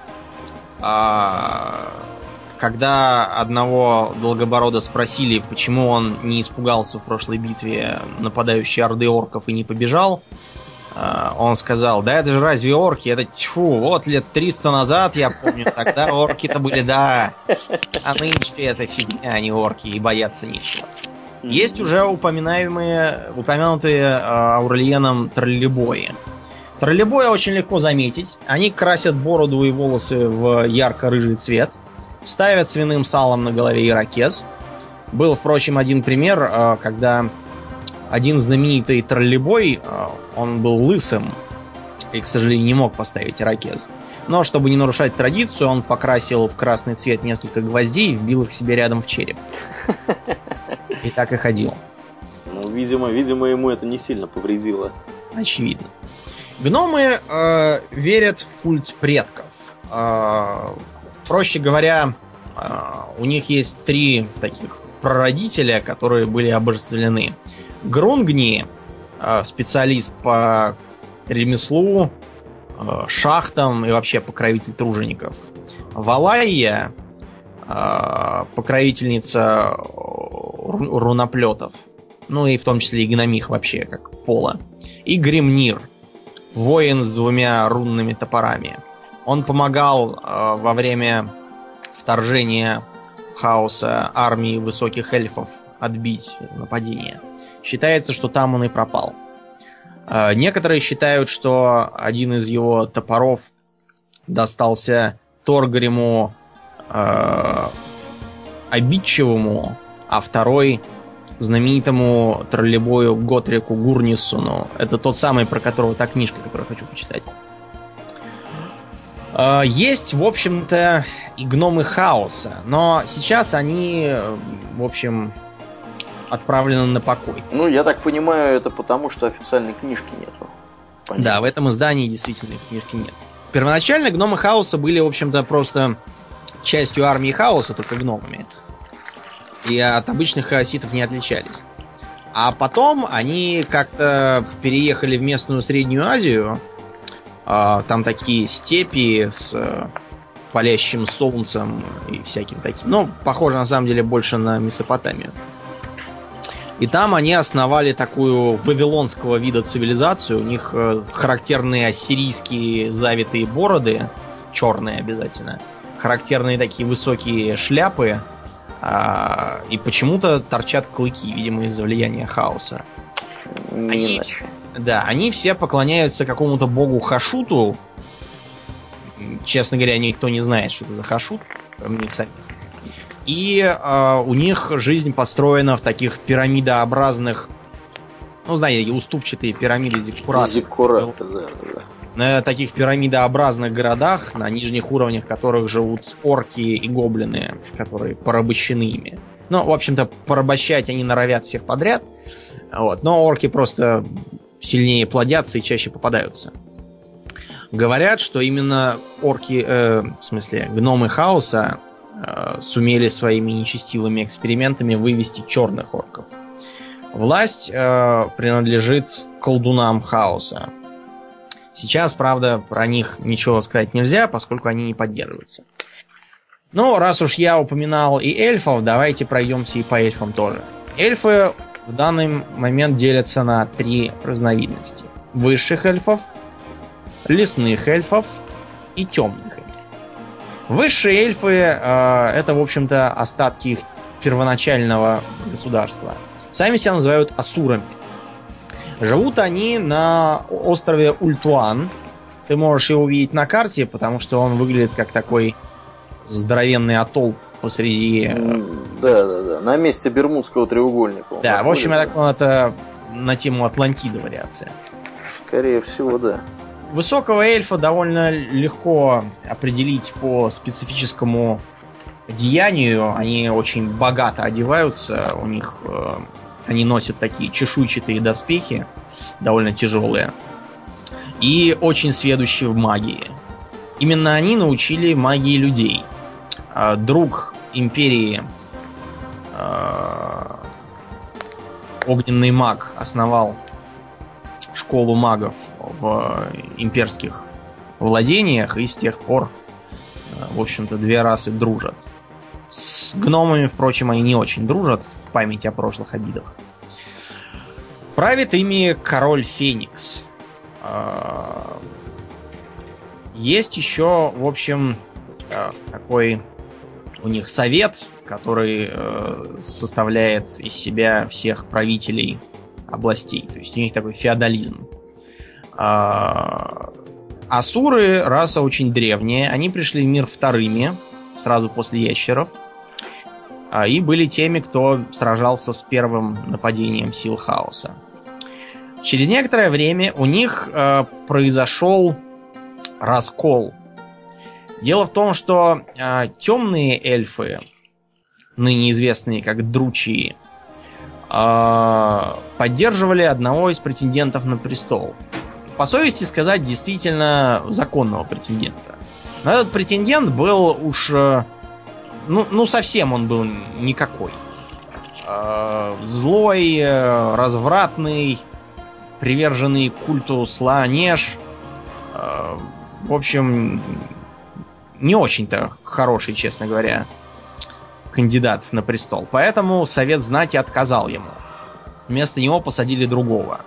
Когда одного Долгоборода спросили, почему он не испугался в прошлой битве нападающей орды орков и не побежал, он сказал: да это же разве орки? Это тьфу, вот лет 300 назад, я помню, тогда орки-то были, да. А нынче это фигня, а не орки, и бояться нечего. Есть уже упомянутые Аурельеном троллебои. Троллебоя очень легко заметить. Они красят бороду и волосы в ярко-рыжий цвет, ставят свиным салом на голове ирокез. Был, впрочем, один пример, когда один знаменитый троллебой, он был лысым и, к сожалению, не мог поставить ирокез. Но, чтобы не нарушать традицию, он покрасил в красный цвет несколько гвоздей и вбил их себе рядом в череп. И так и ходил. Ну, видимо, ему это не сильно повредило. Очевидно. Гномы верят в культ предков. Проще говоря, у них есть 3 таких прародителя, которые были обожествлены. Грунгни, специалист по ремеслу, шахтам и вообще покровитель тружеников. Валайя, покровительница руноплетов. Ну и в том числе и гномих вообще, как пола. И Гримнир, воин с 2 рунными топорами. Он помогал во время вторжения хаоса армии высоких эльфов отбить нападение. Считается, что там он и пропал. Некоторые считают, что один из его топоров достался Торгриму обидчивому, а второй знаменитому троллебою Готрику Гурниссону. Это тот самый, про которого та книжка, которую я хочу почитать. Есть, в общем-то, и гномы хаоса, но сейчас они, в общем, отправлены на покой. Ну, я так понимаю, это потому, что официальной книжки нету. Понятно. Да, в этом издании действительно книжки нет. Первоначально гномы хаоса были, в общем-то, просто частью армии хаоса, только гномами. И от обычных хаоситов не отличались. А потом они как-то переехали в местную Среднюю Азию. Там такие степи с палящим солнцем и всяким таким. Ну, похоже, на самом деле, больше на Месопотамию. И там они основали такую вавилонского вида цивилизацию. У них характерные ассирийские завитые бороды, черные обязательно. Характерные такие высокие шляпы. И почему-то торчат клыки, видимо, из-за влияния хаоса. Они все поклоняются какому-то богу Хашуту. Честно говоря, никто не знает, что это за Хашут, кроме них самих. И у них жизнь построена в таких пирамидообразных, ну, знаете, уступчатые пирамиды зиккурат. Да. На таких пирамидообразных городах, на нижних уровнях которых живут орки и гоблины, которые порабощены ими. Ну, в общем-то, порабощать они норовят всех подряд. Вот. Но орки просто сильнее плодятся и чаще попадаются. Говорят, что именно гномы хаоса сумели своими нечестивыми экспериментами вывести черных орков. Власть принадлежит колдунам хаоса. Сейчас, правда, про них ничего сказать нельзя, поскольку они не поддерживаются. Но раз уж я упоминал и эльфов, давайте пройдемся и по эльфам тоже. Эльфы в данный момент делятся на 3 разновидности. Высших эльфов, лесных эльфов и темных эльфов. Высшие эльфы это, в общем-то, остатки их первоначального государства. Сами себя называют асурами. Живут они на острове Ультуан. Ты можешь его увидеть на карте, потому что он выглядит как такой здоровенный атолл посреди... Да. На месте Бермудского треугольника. Да, в общем, я так понял, это на тему Атлантида вариация. Скорее всего, да. Высокого эльфа довольно легко определить по специфическому одеянию. Они очень богато одеваются. У них... Они носят такие чешуйчатые доспехи, довольно тяжелые. И очень сведущие в магии. Именно они научили магии людей. Друг империи, огненный маг, основал школу магов в имперских владениях, и с тех пор, в общем-то, две расы дружат. С гномами, впрочем, они не очень дружат в память о прошлых обидах. Правит ими король Феникс. Есть еще, в общем, такой у них совет, который составляет из себя всех правителей областей. То есть у них такой феодализм. Асуры — раса очень древняя. Они пришли в мир вторыми, сразу после ящеров. И были теми, кто сражался с первым нападением сил хаоса. Через некоторое время у них произошел раскол. Дело в том, что темные эльфы, ныне известные как дручии, поддерживали одного из претендентов на престол. По совести сказать, действительно законного претендента. Но этот претендент был уж... совсем он был никакой. Злой, развратный, приверженный культу Слаанеш. В общем, не очень-то хороший, честно говоря, кандидат на престол. Поэтому совет знати отказал ему. Вместо него посадили другого.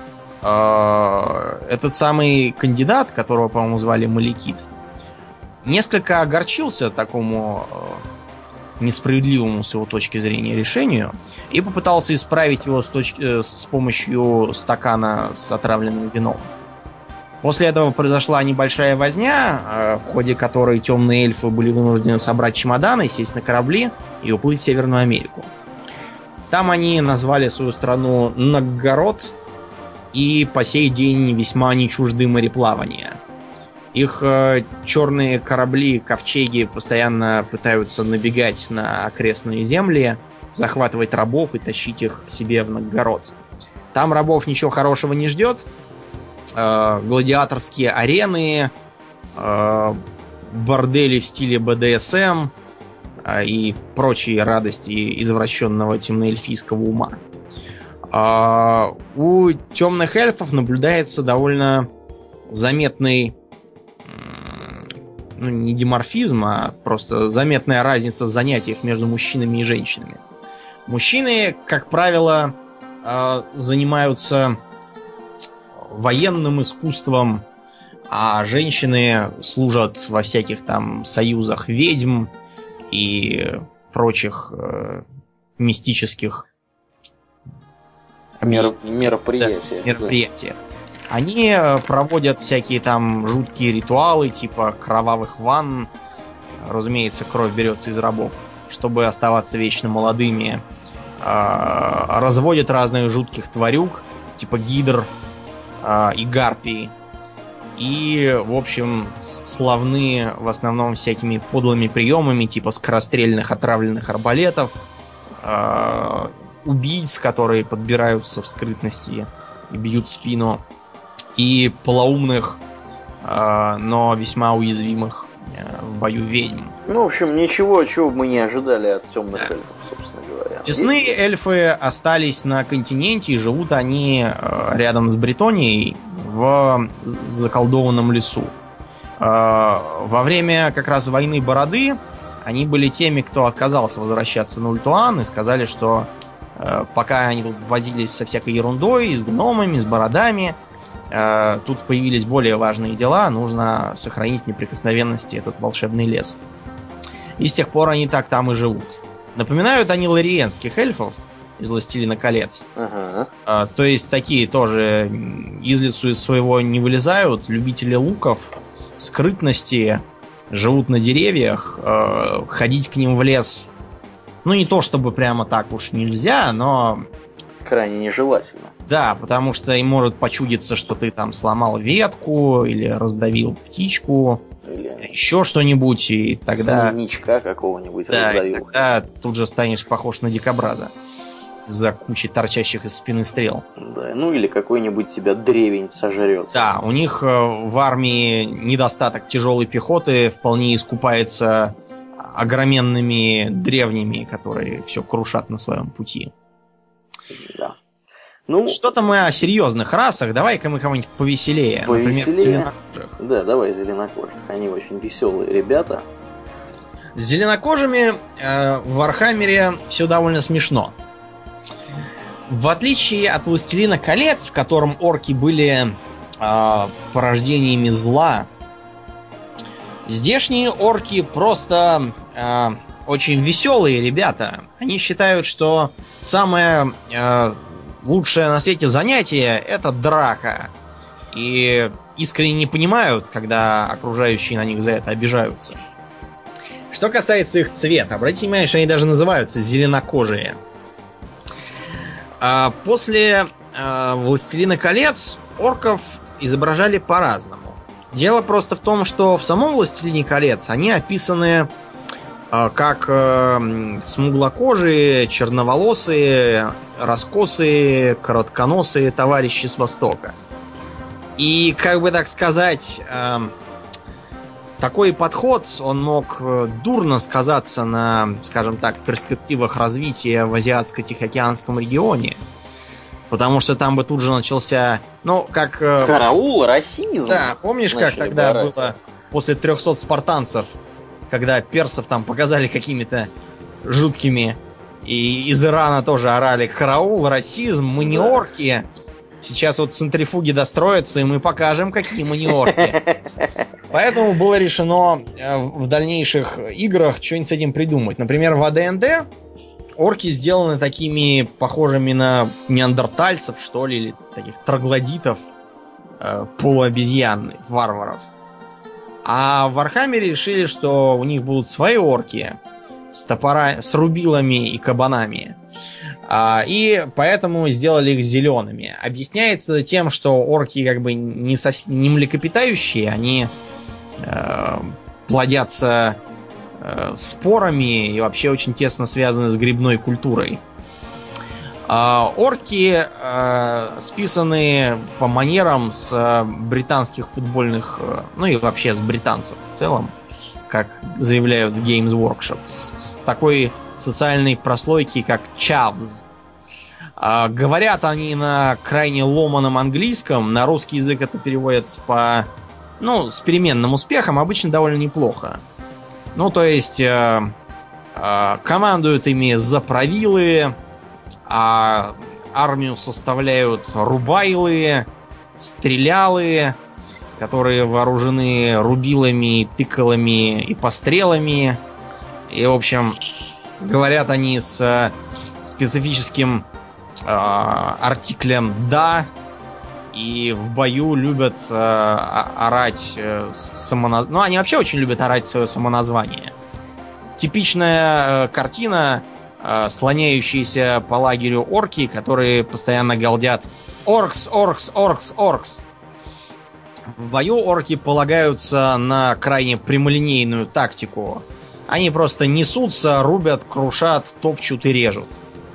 Этот самый кандидат, которого, по-моему, звали Маликит, несколько огорчился такому несправедливому с его точки зрения решению и попытался исправить его с помощью стакана с отравленным вином. После этого произошла небольшая возня, в ходе которой темные эльфы были вынуждены собрать чемоданы, сесть на корабли и уплыть в Северную Америку. Там они назвали свою страну Наггород и по сей день весьма не чужды мореплавания. Их черные корабли, ковчеги постоянно пытаются набегать на окрестные земли, захватывать рабов и тащить их к себе в Наггород. Там рабов ничего хорошего не ждет. Гладиаторские арены, бордели в стиле БДСМ и прочие радости извращенного темноэльфийского ума. У темных эльфов наблюдается довольно заметный, не диморфизм, а просто заметная разница в занятиях между мужчинами и женщинами. Мужчины, как правило, занимаются военным искусством, а женщины служат во всяких там союзах ведьм и прочих мистических мероприятиях. Они проводят всякие там жуткие ритуалы, типа кровавых ванн. Разумеется, кровь берется из рабов, чтобы оставаться вечно молодыми. Разводят разных жутких тварюк, типа гидр и гарпии. И, в общем, славны в основном всякими подлыми приемами, типа скорострельных отравленных арбалетов, убийц, которые подбираются в скрытности и бьют в спину, и полоумных, но весьма уязвимых в бою ведьм. В общем, ничего, чего мы не ожидали от темных эльфов, собственно говоря. Лесные эльфы остались на континенте, и живут они рядом с Бретонией в заколдованном лесу. Во время как раз войны Бороды они были теми, кто отказался возвращаться на Ультуан, и сказали, что пока они тут возились со всякой ерундой, с гномами, с бородами, тут появились более важные дела, нужно сохранить в неприкосновенности этот волшебный лес. И с тех пор они так там и живут. Напоминают они лориенских эльфов из «Властелина колец». То есть такие тоже из лесу из своего не вылезают, любители луков, скрытности, живут на деревьях, ходить к ним в лес, не то чтобы прямо так уж нельзя, но... крайне нежелательно. Да, потому что им может почудиться, что ты там сломал ветку или раздавил птичку, или еще что-нибудь, и тогда... слизнячка какого-нибудь да, раздавил. И тогда тут же станешь похож на дикобраза. из-за кучи торчащих из спины стрел. Да, ну или какой-нибудь тебя древень сожрет. Да, у них в армии недостаток тяжелой пехоты вполне искупается огроменными древними, которые все крушат на своем пути. Да. Ну, что-то мы о серьезных расах. Давай-ка мы кого-нибудь повеселее. Повеселее? Например, зеленокожих. Да, давай зеленокожих. Они очень веселые ребята. С зеленокожими в Вархаммере все довольно смешно. В отличие от «Властелина колец», в котором орки были порождениями зла, здешние орки просто очень веселые ребята. Они считают, что самое лучшее на свете занятие — это драка. И искренне не понимают, когда окружающие на них за это обижаются. Что касается их цвета, обратите внимание, что они даже называются зеленокожие. После «Властелина колец» орков изображали по-разному. Дело просто в том, что в самом «Властелине колец» они описаны как смуглокожие, черноволосые, раскосые, коротконосые товарищи с Востока. И, как бы так сказать, такой подход, он мог дурно сказаться на, скажем так, перспективах развития в Азиатско-Тихоокеанском регионе. Потому что там бы тут же начался, ну, как... Караул, расизм. Да, помнишь, как тогда было после 300 спартанцев, когда персов там показали какими-то жуткими, и из Ирана тоже орали: караул, расизм, мы не орки. Сейчас вот центрифуги достроятся, и мы покажем, какие мы не орки. Поэтому было решено в дальнейших играх что-нибудь с этим придумать. Например, в АДНД орки сделаны такими, похожими на неандертальцев, что ли, или таких троглодитов, полуобезьян, варваров. А в Вархаммере решили, что у них будут свои орки с топорами, с рубилами и кабанами. И поэтому сделали их зелеными. Объясняется тем, что орки как бы не млекопитающие, они плодятся спорами и вообще очень тесно связаны с грибной культурой. Орки списаны по манерам с британских футбольных, ну и вообще с британцев в целом, как заявляют в Games Workshop, с такой социальной прослойки, как чавз. Говорят они на крайне ломаном английском, на русский язык это переводят с переменным успехом, обычно довольно неплохо. Ну, то есть командуют ими заправилы, а армию составляют рубайлы, стрелялы, которые вооружены рубилами, тыкалами и пострелами. И, в общем, говорят они с специфическим артиклем «да», и в бою любят орать самоназвание. Ну, они вообще очень любят орать свое самоназвание. Типичная картина: слоняющиеся по лагерю орки, которые постоянно галдят: «Оркс, оркс, оркс, оркс». В бою орки полагаются на крайне прямолинейную тактику. Они просто несутся, рубят, крушат, топчут и режут.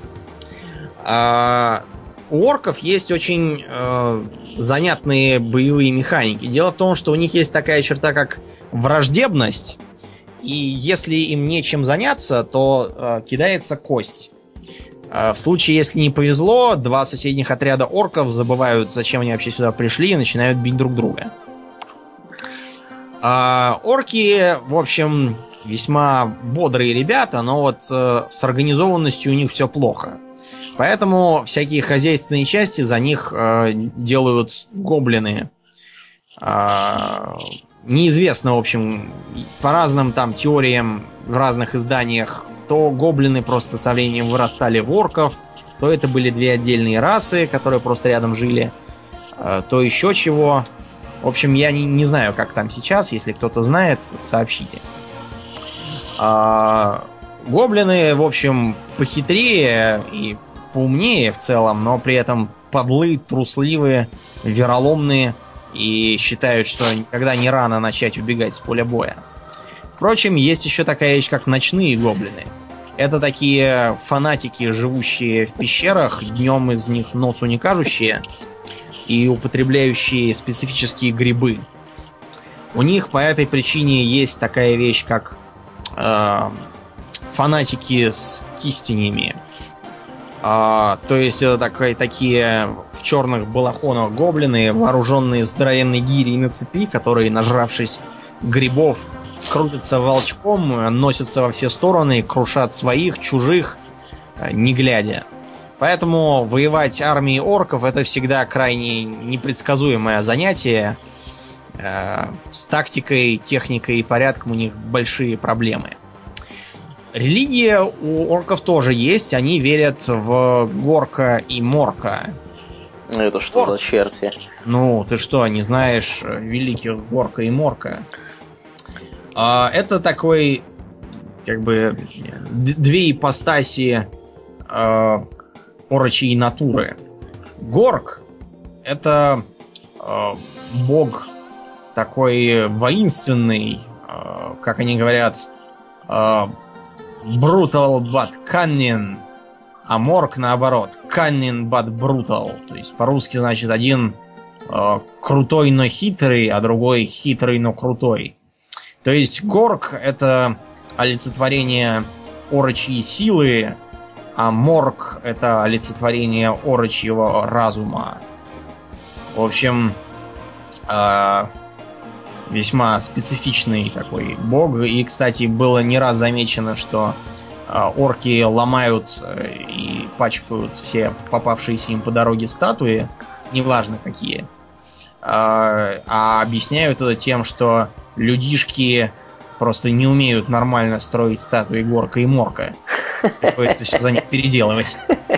У орков есть очень занятные боевые механики. Дело в том, что у них есть такая черта, как враждебность. И если им нечем заняться, то кидается кость. В случае, если не повезло, два соседних отряда орков забывают, зачем они вообще сюда пришли, и начинают бить друг друга. Орки, в общем, весьма бодрые ребята, но вот с организованностью у них все плохо. Поэтому всякие хозяйственные части за них делают гоблины. Неизвестно, в общем, по разным там теориям в разных изданиях, то гоблины просто со временем вырастали в орков, то это были две отдельные расы, которые просто рядом жили, то еще чего. В общем, я не знаю, как там сейчас. Если кто-то знает, сообщите. Гоблины, в общем, похитрее и поумнее в целом, но при этом подлые, трусливые, вероломные и считают, что никогда не рано начать убегать с поля боя. Впрочем, есть еще такая вещь, как ночные гоблины. Это такие фанатики, живущие в пещерах, днем из них носу не кажущие, и употребляющие специфические грибы. У них по этой причине есть такая вещь, как фанатики с кистенями. То есть это такие в черных балахонах гоблины, вооруженные здоровенной гирей на цепи, которые, нажравшись грибов, крутятся волчком, носятся во все стороны, крушат своих, чужих, не глядя. Поэтому воевать армией орков — это всегда крайне непредсказуемое занятие. С тактикой, техникой и порядком у них большие проблемы. Религия у орков тоже есть. Они верят в Горка и Морка. Это что за черти? Ну, ты что, не знаешь великих Горка и Морка? Это такой, как бы, две ипостаси орочьей натуры. Горк — это бог такой воинственный, как они говорят, brutal but cunning, а Морк наоборот, cunning but brutal. То есть по-русски значит один крутой, но хитрый, а другой хитрый, но крутой. То есть Горк — это олицетворение орочьей силы, а Морк — это олицетворение орочьего разума. В общем, весьма специфичный такой бог. И, кстати, было не раз замечено, что орки ломают и пачкают все попавшиеся им по дороге статуи, неважно какие. А объясняют это тем, что людишки просто не умеют нормально строить статуи Горка и Морка. Приходится все за них переделывать.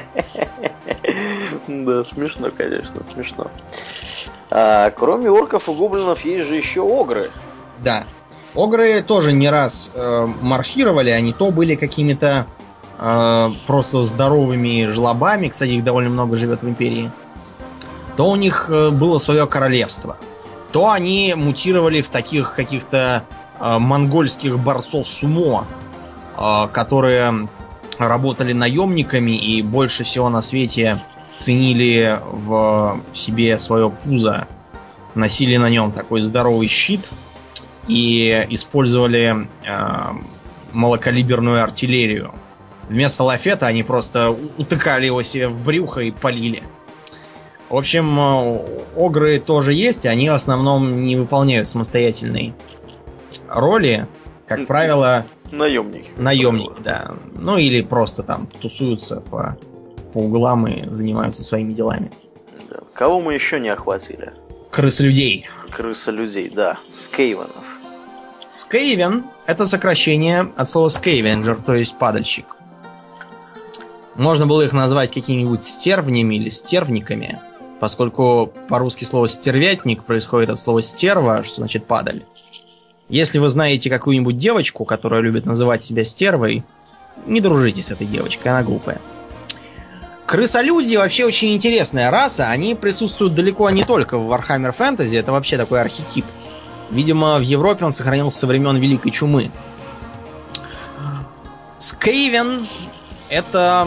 Да, смешно, конечно, смешно. Кроме орков и гоблинов есть же еще огры. Да. Огры тоже не раз маршировали. Они то были какими-то просто здоровыми жлобами. Кстати, их довольно много живет в империи. То у них было свое королевство. То они мутировали в таких каких-то монгольских борцов сумо, которые работали наемниками и больше всего на свете ценили в себе свое пузо, носили на нем такой здоровый щит и использовали малокалиберную артиллерию. Вместо лафета они просто утыкали его себе в брюхо и полили. В общем, огры тоже есть, они в основном не выполняют самостоятельной роли. Как правило, наемники, да. Ну или просто там тусуются по углам и занимаются своими делами. Да. Кого мы еще не охватили? Крысолюдей. Крысолюдей, да. Скейвенов. Скейвен — это сокращение от слова скейвенджер, то есть падальщик. Можно было их назвать какими-нибудь стервнями или стервниками, поскольку по-русски слово стервятник происходит от слова стерва, что значит падаль. Если вы знаете какую-нибудь девочку, которая любит называть себя стервой, не дружите с этой девочкой, она глупая. Крысолюди вообще очень интересная раса. Они присутствуют далеко не только в Warhammer Fantasy. Это вообще такой архетип. Видимо, в Европе он сохранился со времен Великой Чумы. Скейвен — это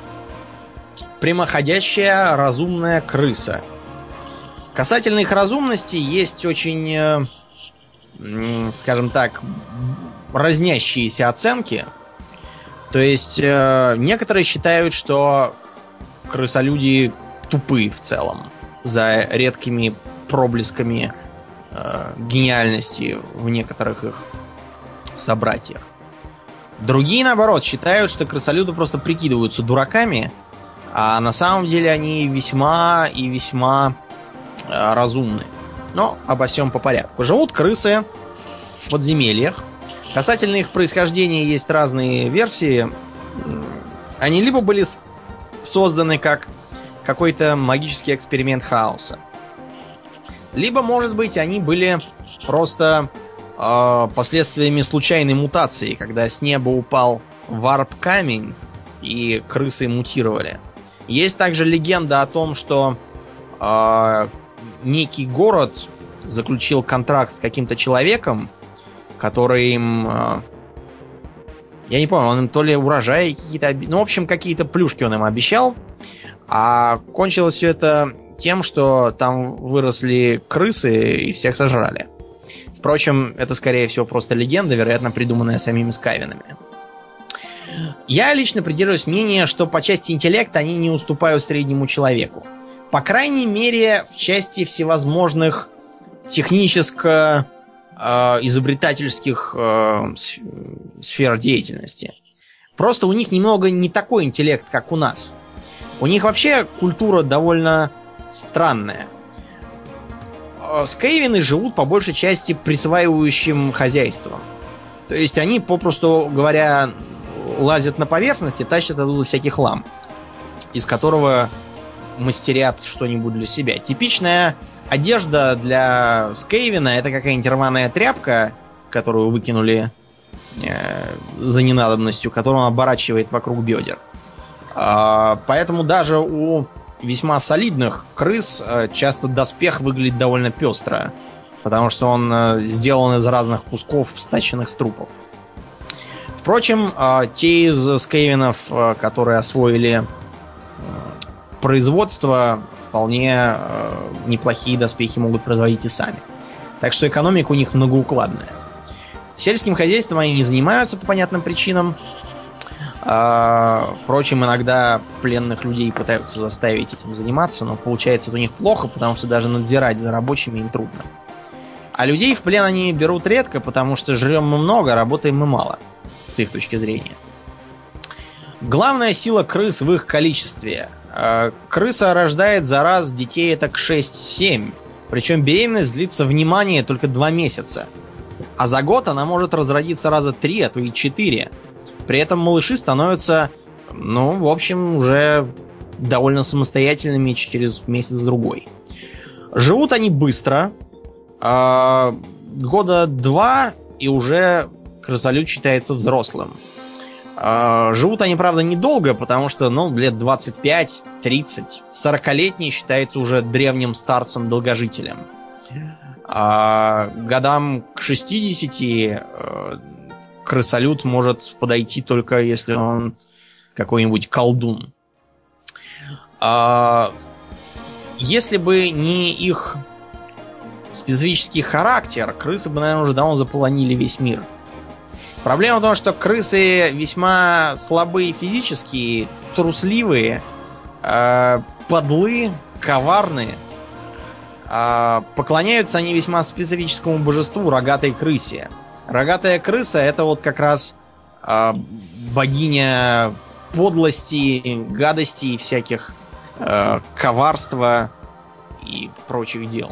прямоходящая разумная крыса. Касательно их разумности есть очень, скажем так, разнящиеся оценки. То есть некоторые считают, что крысолюди тупы в целом, за редкими проблесками гениальности в некоторых их собратьях. Другие, наоборот, считают, что крысолюды просто прикидываются дураками, а на самом деле они весьма и весьма разумны. Но обо всем по порядку. Живут крысы в подземельях. Касательно их происхождения есть разные версии. Они либо были созданы как какой-то магический эксперимент хаоса, либо, может быть, они были просто последствиями случайной мутации, когда с неба упал варп-камень и крысы мутировали. Есть также легенда о том, что некий город заключил контракт с каким-то человеком, который им Я не помню, он им то ли урожаи какие-то... Ну, в общем, какие-то плюшки он им обещал. А кончилось все это тем, что там выросли крысы и всех сожрали. Впрочем, это, скорее всего, просто легенда, вероятно, придуманная самими скавинами. Я лично придерживаюсь мнения, что по части интеллекта они не уступают среднему человеку. По крайней мере, в части всевозможных техническо-изобретательских сфер деятельности. Просто у них немного не такой интеллект, как у нас. У них вообще культура довольно странная. Скейвены живут по большей части присваивающим хозяйством. То есть они, попросту говоря, лазят на поверхность и тащат оттуда всякий хлам, из которого мастерят что-нибудь для себя. Типичная одежда для скейвена — это какая-нибудь рваная тряпка, которую выкинули за ненадобностью, которую он оборачивает вокруг бедер. Поэтому даже у весьма солидных крыс часто доспех выглядит довольно пестро, потому что он сделан из разных кусков, стащенных с трупов. Впрочем, те из скейвенов, которые освоили производство, вполне неплохие доспехи могут производить и сами. Так что экономика у них многоукладная. Сельским хозяйством они не занимаются по понятным причинам. Впрочем, иногда пленных людей пытаются заставить этим заниматься, но получается это у них плохо, потому что даже надзирать за рабочими им трудно. А людей в плен они берут редко, потому что жрем мы много, а работаем мы мало, с их точки зрения. Главная сила крыс в их количестве. Крыса рождает за раз детей так 6-7, причем беременность длится, внимание, только 2 месяца. А за год она может разродиться раза 3, а то и 4. При этом малыши становятся, ну, в общем, уже довольно самостоятельными через месяц-другой. Живут они быстро. Года 2, и уже крысолюд считается взрослым. Живут они, правда, недолго, потому что, ну, лет 25-30. 40-летний считается уже древним старцем-долгожителем. Годам к 60 крысолюд может подойти только если он какой-нибудь колдун. Если бы не их специфический характер, крысы бы, наверное, уже давно заполонили весь мир. Проблема в том, что крысы весьма слабые физически, трусливые, подлы, коварные. Поклоняются они весьма специфическому божеству рогатой крысе. Рогатая крыса — это вот как раз богиня подлости, гадости и всяких коварства и прочих дел.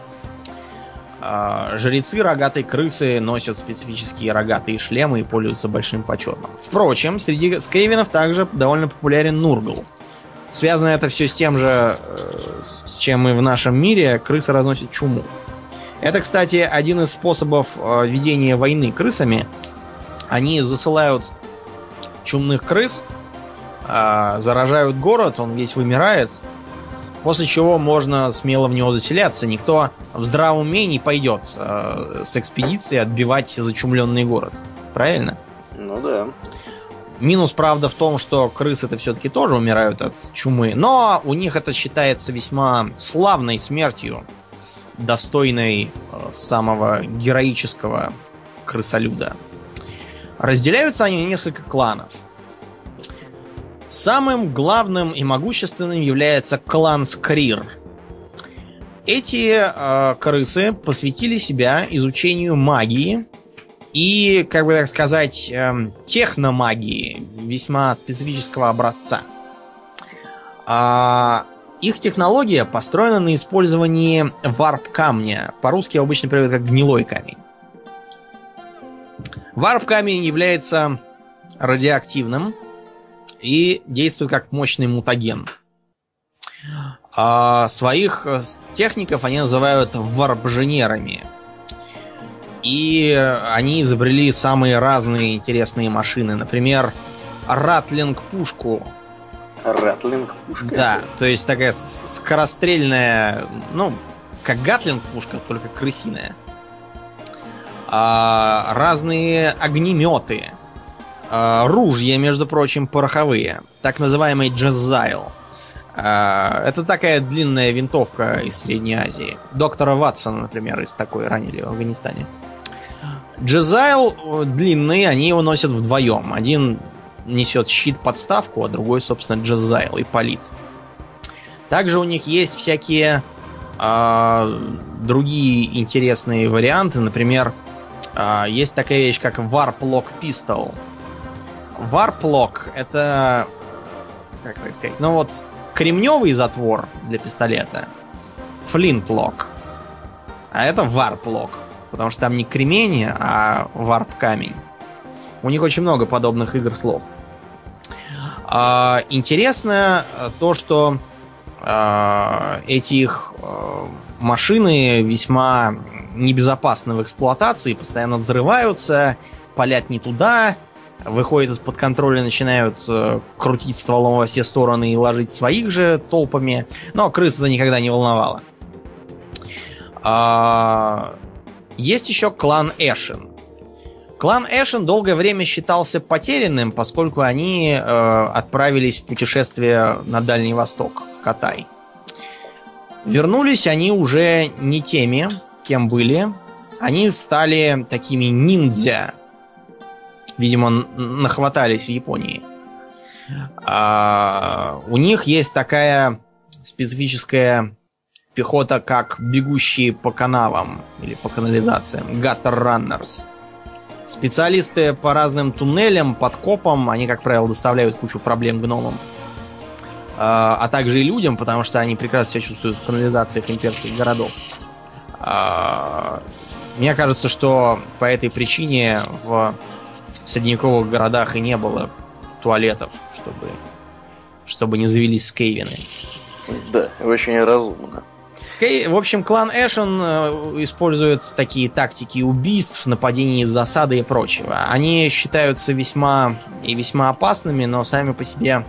Жрецы рогатой крысы носят специфические рогатые шлемы и пользуются большим почетом. Впрочем, среди скейвенов также довольно популярен Нургл. Связано это все с тем же, с чем и в нашем мире крысы разносят чуму. Это, кстати, один из способов ведения войны крысами. Они засылают чумных крыс, заражают город, он весь вымирает, после чего можно смело в него заселяться. Никто в здравом уме не пойдет с экспедицией отбивать зачумленный город. Правильно? Ну да. Минус, правда, в том, что крысы-то все-таки тоже умирают от чумы, но у них это считается весьма славной смертью, достойной самого героического крысолюда. Разделяются они на несколько кланов. Самым главным и могущественным является клан Скрир. Эти крысы посвятили себя изучению магии и, как бы так сказать, техномагии весьма специфического образца. Их технология построена на использовании варп-камня. По-русски обычно переводят как гнилой камень. Варп-камень является радиоактивным и действует как мощный мутаген. Своих техников они называют варп-женерами. И они изобрели самые разные интересные машины. Например, ратлинг-пушку. Ратлинг-пушка? Да, то есть такая скорострельная, ну, как гатлинг-пушка, только крысиная. Разные огнеметы. Ружья, между прочим, пороховые. Так называемый джазайл. Это такая длинная винтовка из Средней Азии. Доктора Ватсона, например, из такой ранили в Афганистане. Джазайл длинный, они его носят вдвоем. Один несет щит-подставку, а другой, собственно, джазайл и палит. Также у них есть всякие другие интересные варианты. Например, есть такая вещь, как Warplock Pistol. Warplock — это... как сказать? Ну вот, кремневый затвор для пистолета. Flintlock. А это Warplock. Потому что там не кремень, а варп-камень. У них очень много подобных игр слов. Интересно то, что эти их машины весьма небезопасны в эксплуатации, постоянно взрываются, палят не туда, выходят из-под контроля, начинают крутить стволом во все стороны и ложить своих же толпами. Но крыс это никогда не волновало. Есть еще клан Эшен. Клан Эшен долгое время считался потерянным, поскольку они отправились в путешествие на Дальний Восток, в Катай. Вернулись они уже не теми, кем были. Они стали такими ниндзя. Видимо, нахватались в Японии. У них есть такая специфическая пехота, как бегущие по канавам или по канализациям. Gutter Runners. Специалисты по разным туннелям, подкопам. Они, как правило, доставляют кучу проблем гномам. А также и людям, потому что они прекрасно себя чувствуют в канализациях имперских городов. Мне кажется, что по этой причине в средневековых городах и не было туалетов, чтобы не завелись скейвины. Да, очень разумно. В общем, клан Эшен использует такие тактики убийств, нападений из засады и прочего. Они считаются весьма и весьма опасными, но сами по себе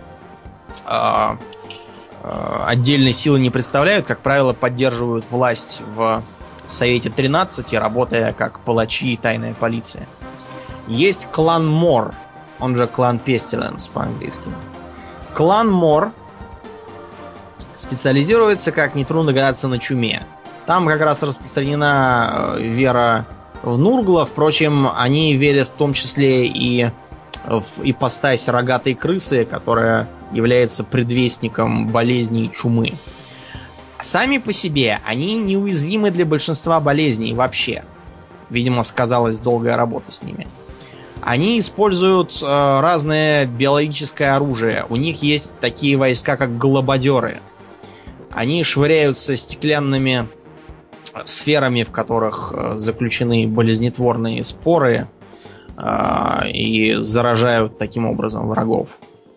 отдельной силы не представляют. Как правило, поддерживают власть в Совете 13, работая как палачи и тайная полиция. Есть клан Мор, он же клан Pestilence по-английски. Клан Мор специализируется, как нетрудно догадаться, на чуме. Там как раз распространена вера в Нургла. Впрочем, они верят в том числе и в ипостась рогатой крысы, которая является предвестником болезней чумы. Сами по себе они неуязвимы для большинства болезней вообще. Видимо, сказалась долгая работа с ними. Они используют разное биологическое оружие. У них есть такие войска, как глобадеры. Они швыряются стеклянными сферами, в которых заключены болезнетворные споры, и заражают таким образом врагов.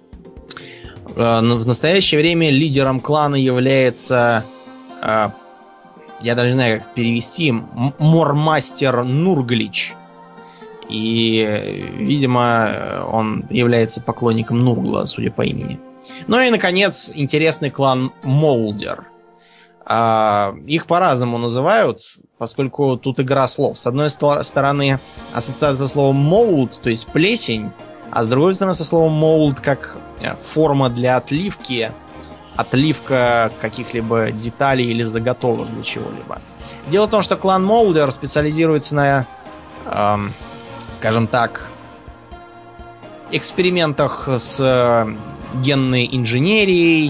В настоящее время лидером клана является, я даже не знаю, как перевести, Мормастер Нурглич. И, видимо, он является поклонником Нургла, судя по имени. Ну и, наконец, интересный клан Молдер. Их по-разному называют, поскольку тут игра слов. С одной стороны, ассоциация со словом mold, то есть плесень, а с другой стороны, со словом mold как форма для отливки, отливка каких-либо деталей или заготовок для чего-либо. Дело в том, что клан Молдер специализируется на, скажем так, экспериментах с генной инженерией,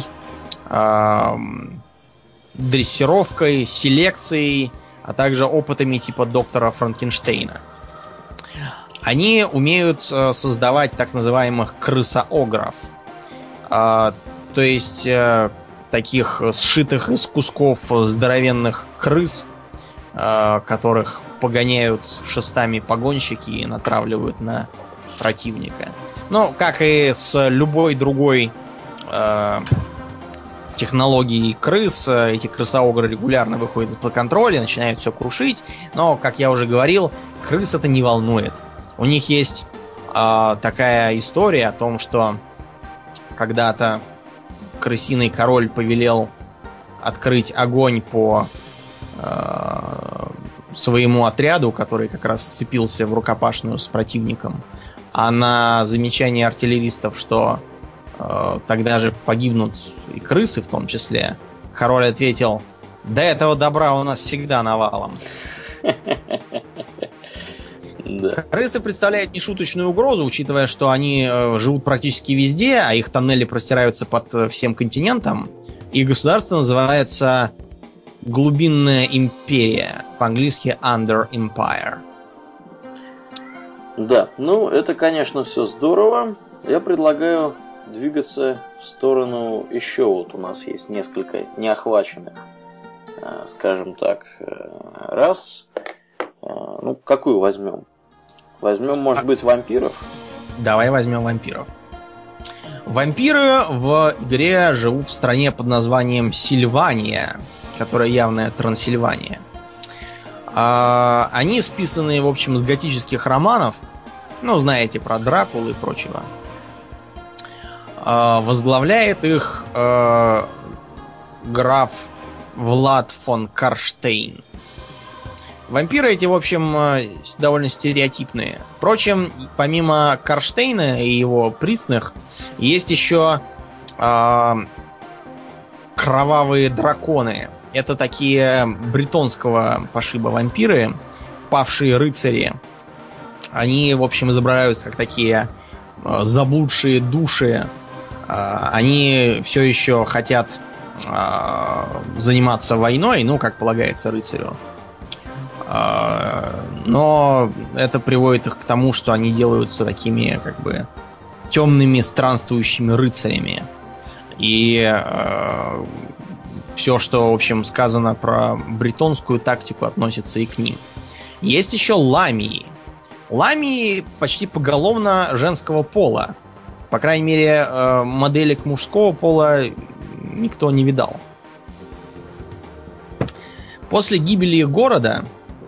дрессировкой, селекцией, а также опытами типа доктора Франкенштейна. Они умеют создавать так называемых крысоогров. То есть таких сшитых из кусков здоровенных крыс, которых погоняют шестами погонщики и натравливают на противника. Ну, как и с любой другой технологией крыс, эти крысоогры регулярно выходят из-под контроля, начинают все крушить. Но, как я уже говорил, крыс это не волнует. У них есть такая история о том, что когда-то крысиный король повелел открыть огонь по своему отряду, который как раз сцепился в рукопашную с противником. А на замечание артиллеристов, что тогда же погибнут и крысы в том числе, король ответил: до этого добра у нас всегда навалом. Крысы представляют нешуточную угрозу, учитывая, что они живут практически везде, а их тоннели простираются под всем континентом. И государство называется Глубинная империя. По-английски Under Empire. Да, ну это, конечно, все здорово. Я предлагаю двигаться в сторону еще. Вот у нас есть несколько неохваченных, скажем так, рас. Ну, какую возьмем? Возьмем, может быть, вампиров? Давай возьмем вампиров. Вампиры в игре живут в стране под названием Сильвания, которая явная Трансильвания. Они списаны, в общем, с готических романов. Ну, знаете, про Дракулу и прочего. Возглавляет их граф Влад фон Карштейн. Вампиры эти, в общем, довольно стереотипные. Впрочем, помимо Карштейна и его присных, есть еще кровавые драконы. Это такие бретонского пошиба вампиры, павшие рыцари. Они, в общем, изображаются как такие заблудшие души. Они все еще хотят заниматься войной, ну, как полагается рыцарю. Но это приводит их к тому, что они делаются такими, как бы, темными странствующими рыцарями. И все, что, в общем, сказано про бретонскую тактику, относится и к ним. Есть еще ламии. Ламии почти поголовно женского пола. По крайней мере, моделек мужского пола никто не видал. После гибели города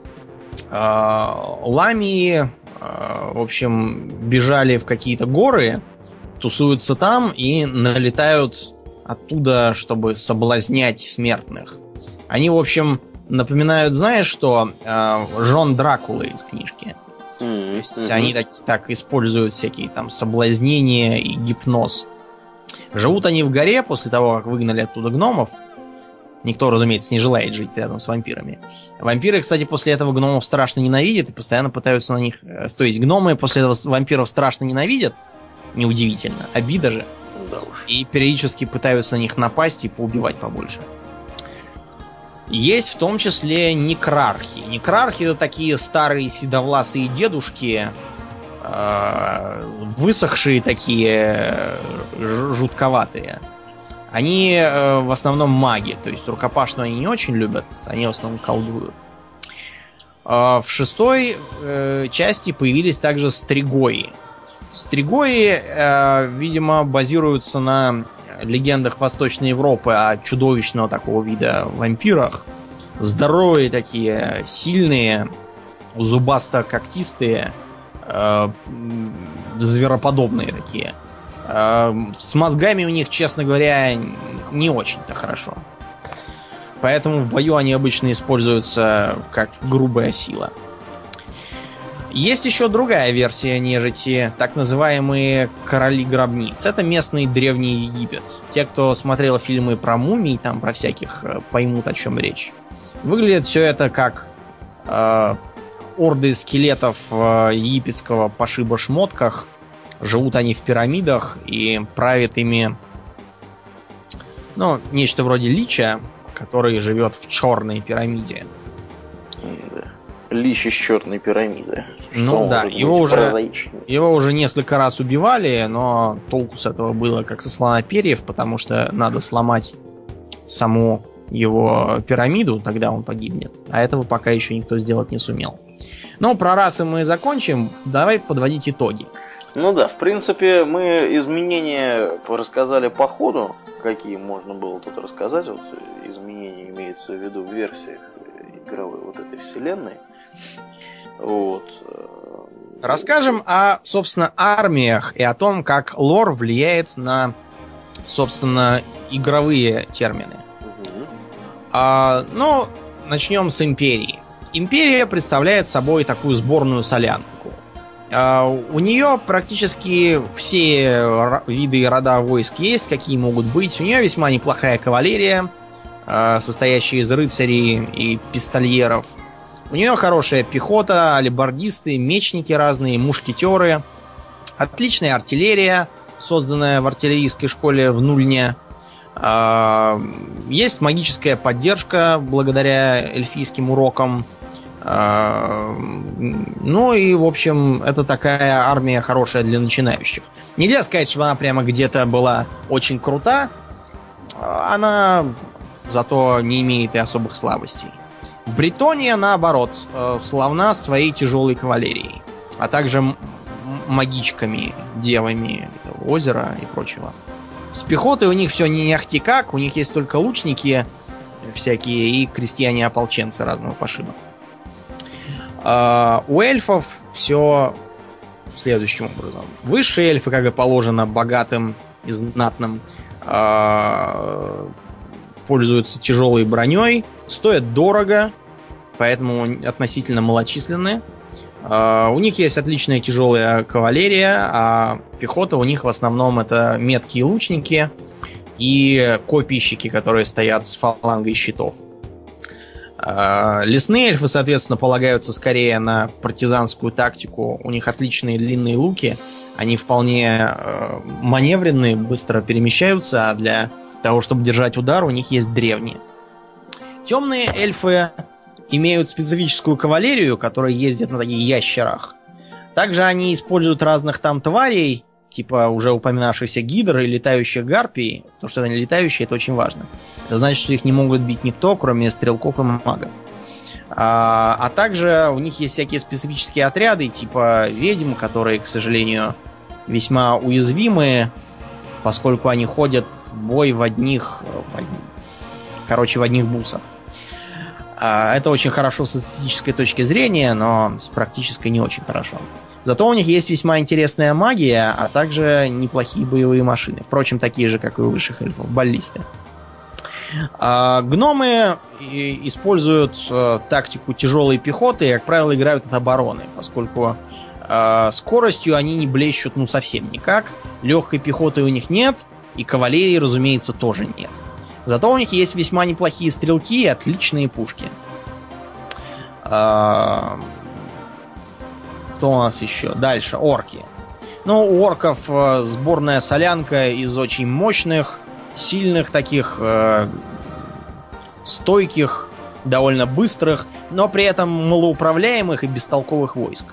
ламии, в общем, бежали в какие-то горы, тусуются там и налетают оттуда, чтобы соблазнять смертных. Они, в общем, напоминают, знаешь что, жен Дракулы из книжки. То есть они так используют всякие там соблазнения и гипноз. Живут они в горе после того, как выгнали оттуда гномов. Никто, разумеется, не желает жить рядом с вампирами. Вампиры, кстати, после этого гномов страшно ненавидят и постоянно пытаются на них... То есть гномы после этого вампиров страшно ненавидят. Неудивительно. Обида же. Да уж. И периодически пытаются на них напасть и поубивать побольше. Есть в том числе некрархи. Некрархи — это такие старые седовласые дедушки, высохшие такие, жутковатые. Они в основном маги, то есть рукопашную они не очень любят, они в основном колдуют. В шестой части появились также стригои. Стригои, видимо, базируются на легендах Восточной Европы о чудовищного такого вида вампирах. Здоровые такие, сильные, зубасто-когтистые, звероподобные такие. С мозгами у них, честно говоря, не очень-то хорошо. Поэтому в бою они обычно используются как грубая сила. Есть еще другая версия нежити, так называемые короли гробниц. Это местный древний Египет. Те, кто смотрел фильмы про мумий, там про всяких, поймут, о чем речь. Выглядит все это как орды скелетов в египетского пошиба шмотках. Живут они в пирамидах и правит ими, ну, нечто вроде лича, который живет в черной пирамиде. Лич из черной пирамиды. Ну да, его уже несколько раз убивали, но толку с этого было как со слона перьев, потому что надо сломать саму его пирамиду, тогда он погибнет. А этого пока еще никто сделать не сумел. Ну, про расы мы закончим. Давай подводить итоги. Ну да, в принципе, мы изменения рассказали по ходу, какие можно было тут рассказать. Вот изменения имеется в виду в версиях игровой вот этой вселенной. Вот. Расскажем о, собственно, армиях и о том, как лор влияет на, собственно, игровые термины. Ну, начнем с империи. Империя представляет собой такую сборную солянку. У нее практически все виды и рода войск есть, какие могут быть. У нее весьма неплохая кавалерия, состоящая из рыцарей и пистольеров. У нее хорошая пехота, алебардисты, мечники разные, мушкетеры. Отличная артиллерия, созданная в артиллерийской школе в Нульне. Есть магическая поддержка благодаря эльфийским урокам. Ну и, в общем, это такая армия хорошая для начинающих. Нельзя сказать, что она прямо где-то была очень крута. Она зато не имеет и особых слабостей. Бретония, наоборот, славна своей тяжелой кавалерией, а также магичками, девами этого озера и прочего. С пехотой у них все не ахти как, у них есть только лучники всякие и крестьяне-ополченцы разного пошиба. У эльфов все следующим образом. Высшие эльфы, как и положено, богатым и знатным, пользуются тяжелой броней, стоят дорого, поэтому относительно малочисленны. У них есть отличная тяжелая кавалерия, а пехота у них в основном это меткие лучники и копийщики, которые стоят с фалангой щитов. Лесные эльфы, соответственно, полагаются скорее на партизанскую тактику. У них отличные длинные луки. Они вполне маневренные, быстро перемещаются, а для того, чтобы держать удар, у них есть древние. Темные эльфы имеют специфическую кавалерию, которая ездит на таких ящерах. Также они используют разных там тварей, типа уже упоминавшихся гидр и летающих гарпий. То, что они летающие, это очень важно. Это значит, что их не могут бить никто, кроме стрелков и магов. А также у них есть всякие специфические отряды, типа ведьм, которые, к сожалению, весьма уязвимы, поскольку они ходят в бой в одних бусах. Это очень хорошо с эстетической точки зрения, но с практической не очень хорошо. Зато у них есть весьма интересная магия, а также неплохие боевые машины. Впрочем, такие же, как и у высших эльфов, баллисты. Гномы используют тактику тяжелой пехоты и, как правило, играют от обороны, поскольку скоростью они не блещут совсем никак. Легкой пехоты у них нет, и кавалерии, разумеется, тоже нет. Зато у них есть весьма неплохие стрелки и отличные пушки. Кто у нас еще? Дальше, орки. У орков сборная солянка из очень мощных, сильных таких, стойких, довольно быстрых, но при этом малоуправляемых и бестолковых войск.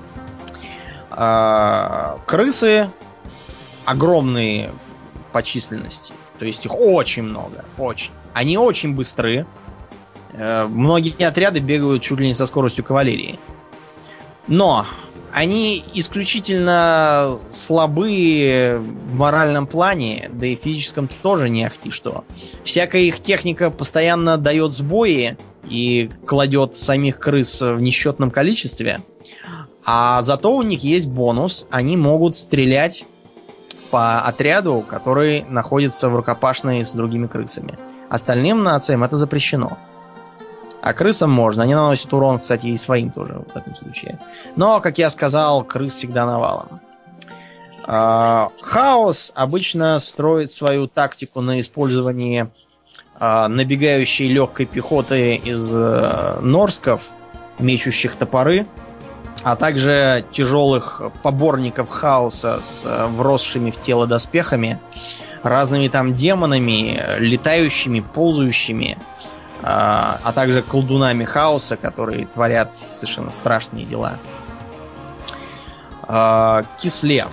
Крысы огромные по численности. То есть их очень много. Очень. Они очень быстры. Многие отряды бегают чуть ли не со скоростью кавалерии. Но они исключительно слабые в моральном плане, да и в физическом тоже не ахти что. Всякая их техника постоянно дает сбои и кладет самих крыс в несчетном количестве. А зато у них есть бонус. Они могут стрелять по отряду, который находится в рукопашной с другими крысами. Остальным нациям это запрещено. А крысам можно. Они наносят урон, кстати, и своим тоже в этом случае. Но, как я сказал, крыс всегда навалом. Хаос обычно строит свою тактику на использовании набегающей легкой пехоты из норсков, мечущих топоры, а также тяжелых поборников хаоса с вросшими в тело доспехами, разными там демонами, летающими, ползающими, а также колдунами хаоса, которые творят совершенно страшные дела. Кислев.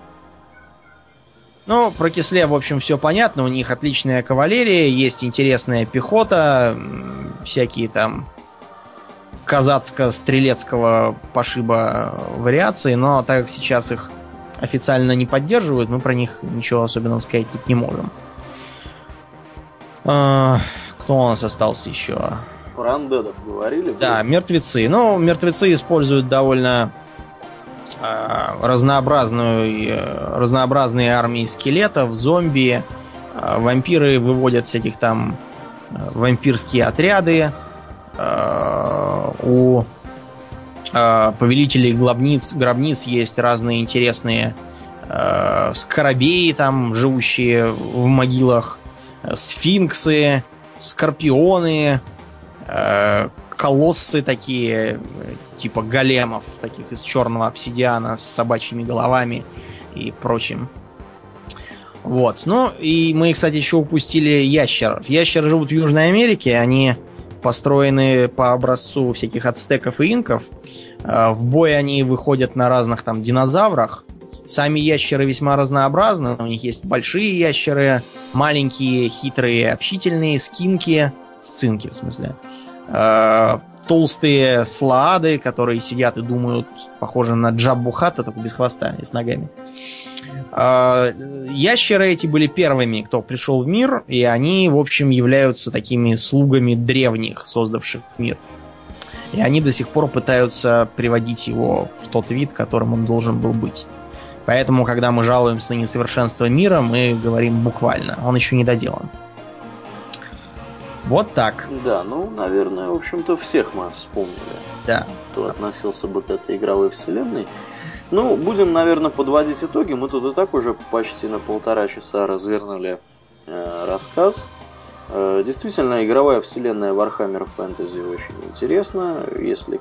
Про Кислев, в общем, все понятно. У них отличная кавалерия, есть интересная пехота, всякие там казацко-стрелецкого пошиба вариации, но так как сейчас их официально не поддерживают, мы про них ничего особенного сказать тут не можем. Кто у нас остался еще? Про андедов говорили? Да, мертвецы. Мертвецы используют довольно разнообразные армии скелетов, зомби. Вампиры выводят всяких там вампирские отряды. У повелителей гробниц есть разные интересные скоробеи, там, живущие в могилах, сфинксы, скорпионы, колоссы такие, типа големов, таких из черного обсидиана с собачьими головами и прочим. Вот. Ну, и мы, кстати, еще упустили ящеров. Ящеры живут в Южной Америке, они построены по образцу всяких ацтеков и инков. В бой они выходят на разных там динозаврах. Сами ящеры весьма разнообразны. У них есть большие ящеры, маленькие, хитрые, общительные, скинки, сцинки в смысле. Толстые слаады, которые сидят и думают, похоже на Джаббу Хатта, только без хвоста и с ногами. Ящеры эти были первыми, кто пришел в мир, и они, в общем, являются такими слугами древних, создавших мир. И они до сих пор пытаются приводить его в тот вид, которым он должен был быть. Поэтому, когда мы жалуемся на несовершенство мира, мы говорим буквально. Он еще не доделан. Вот так. Да, ну, наверное, в общем-то, всех мы вспомнили. Да. Кто относился бы к этой игровой вселенной. Ну, будем, наверное, подводить итоги. Мы тут и так уже почти на 1,5 часа развернули рассказ. Действительно, игровая вселенная Warhammer Fantasy очень интересна. Если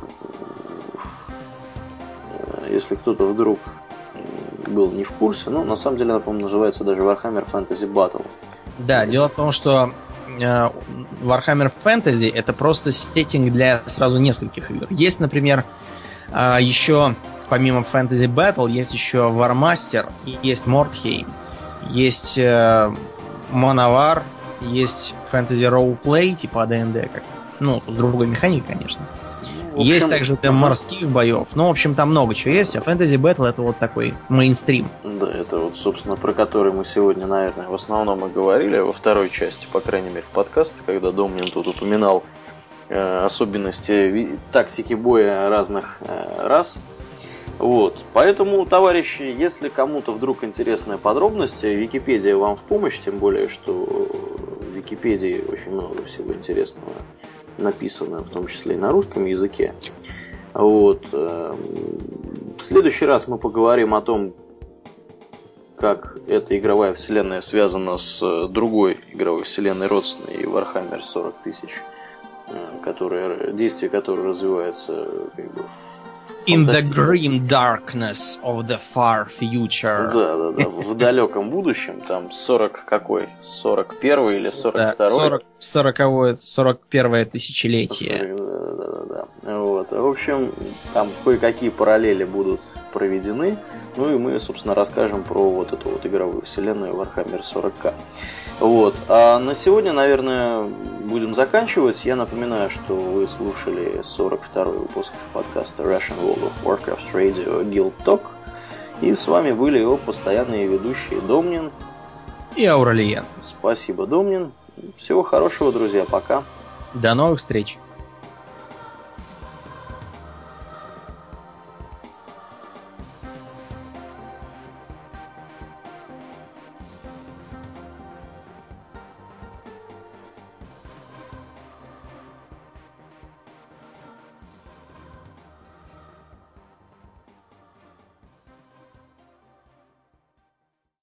кто-то вдруг был не в курсе, ну, на самом деле, она, по-моему, называется даже Warhammer Fantasy Battle. Да, дело в том, что Warhammer Fantasy — это просто сеттинг для сразу нескольких игр. Есть, например, еще помимо Fantasy Battle есть еще Warmaster, есть Mordheim, есть Monowar, есть Fantasy Roleplay типа AD&D, ну, с другой механикой, конечно. Общем, есть также там морских боев. Ну, в общем, там много чего есть. А Fantasy Battle — это вот такой мейнстрим. Да, это вот, собственно, про который мы сегодня, наверное, в основном и говорили во второй части, по крайней мере, подкаста, когда Домнин тут упоминал особенности тактики боя разных рас. Вот. Поэтому, товарищи, если кому-то вдруг интересны подробности, Википедия вам в помощь, тем более, что в Википедии очень много всего интересного написано, в том числе и на русском языке. Вот. В следующий раз мы поговорим о том, как эта игровая вселенная связана с другой игровой вселенной родственной Warhammer 40 000, действие которой развивается как бы In the grim darkness of the far future. Да, в далеком будущем, там 40 какой? 41 или 42? 41 тысячелетие. Да. Вот. В общем, там кое-какие параллели будут проведены. Ну и мы, собственно, расскажем про вот эту вот игровую вселенную Warhammer 40K. Вот. А на сегодня, наверное, будем заканчивать. Я напоминаю, что вы слушали 42-й выпуск подкаста Russian World of Warcraft Radio Guild Talk. И с вами были его постоянные ведущие Домнин и Ауралиен. Спасибо, Домнин. Всего хорошего, друзья. Пока. До новых встреч.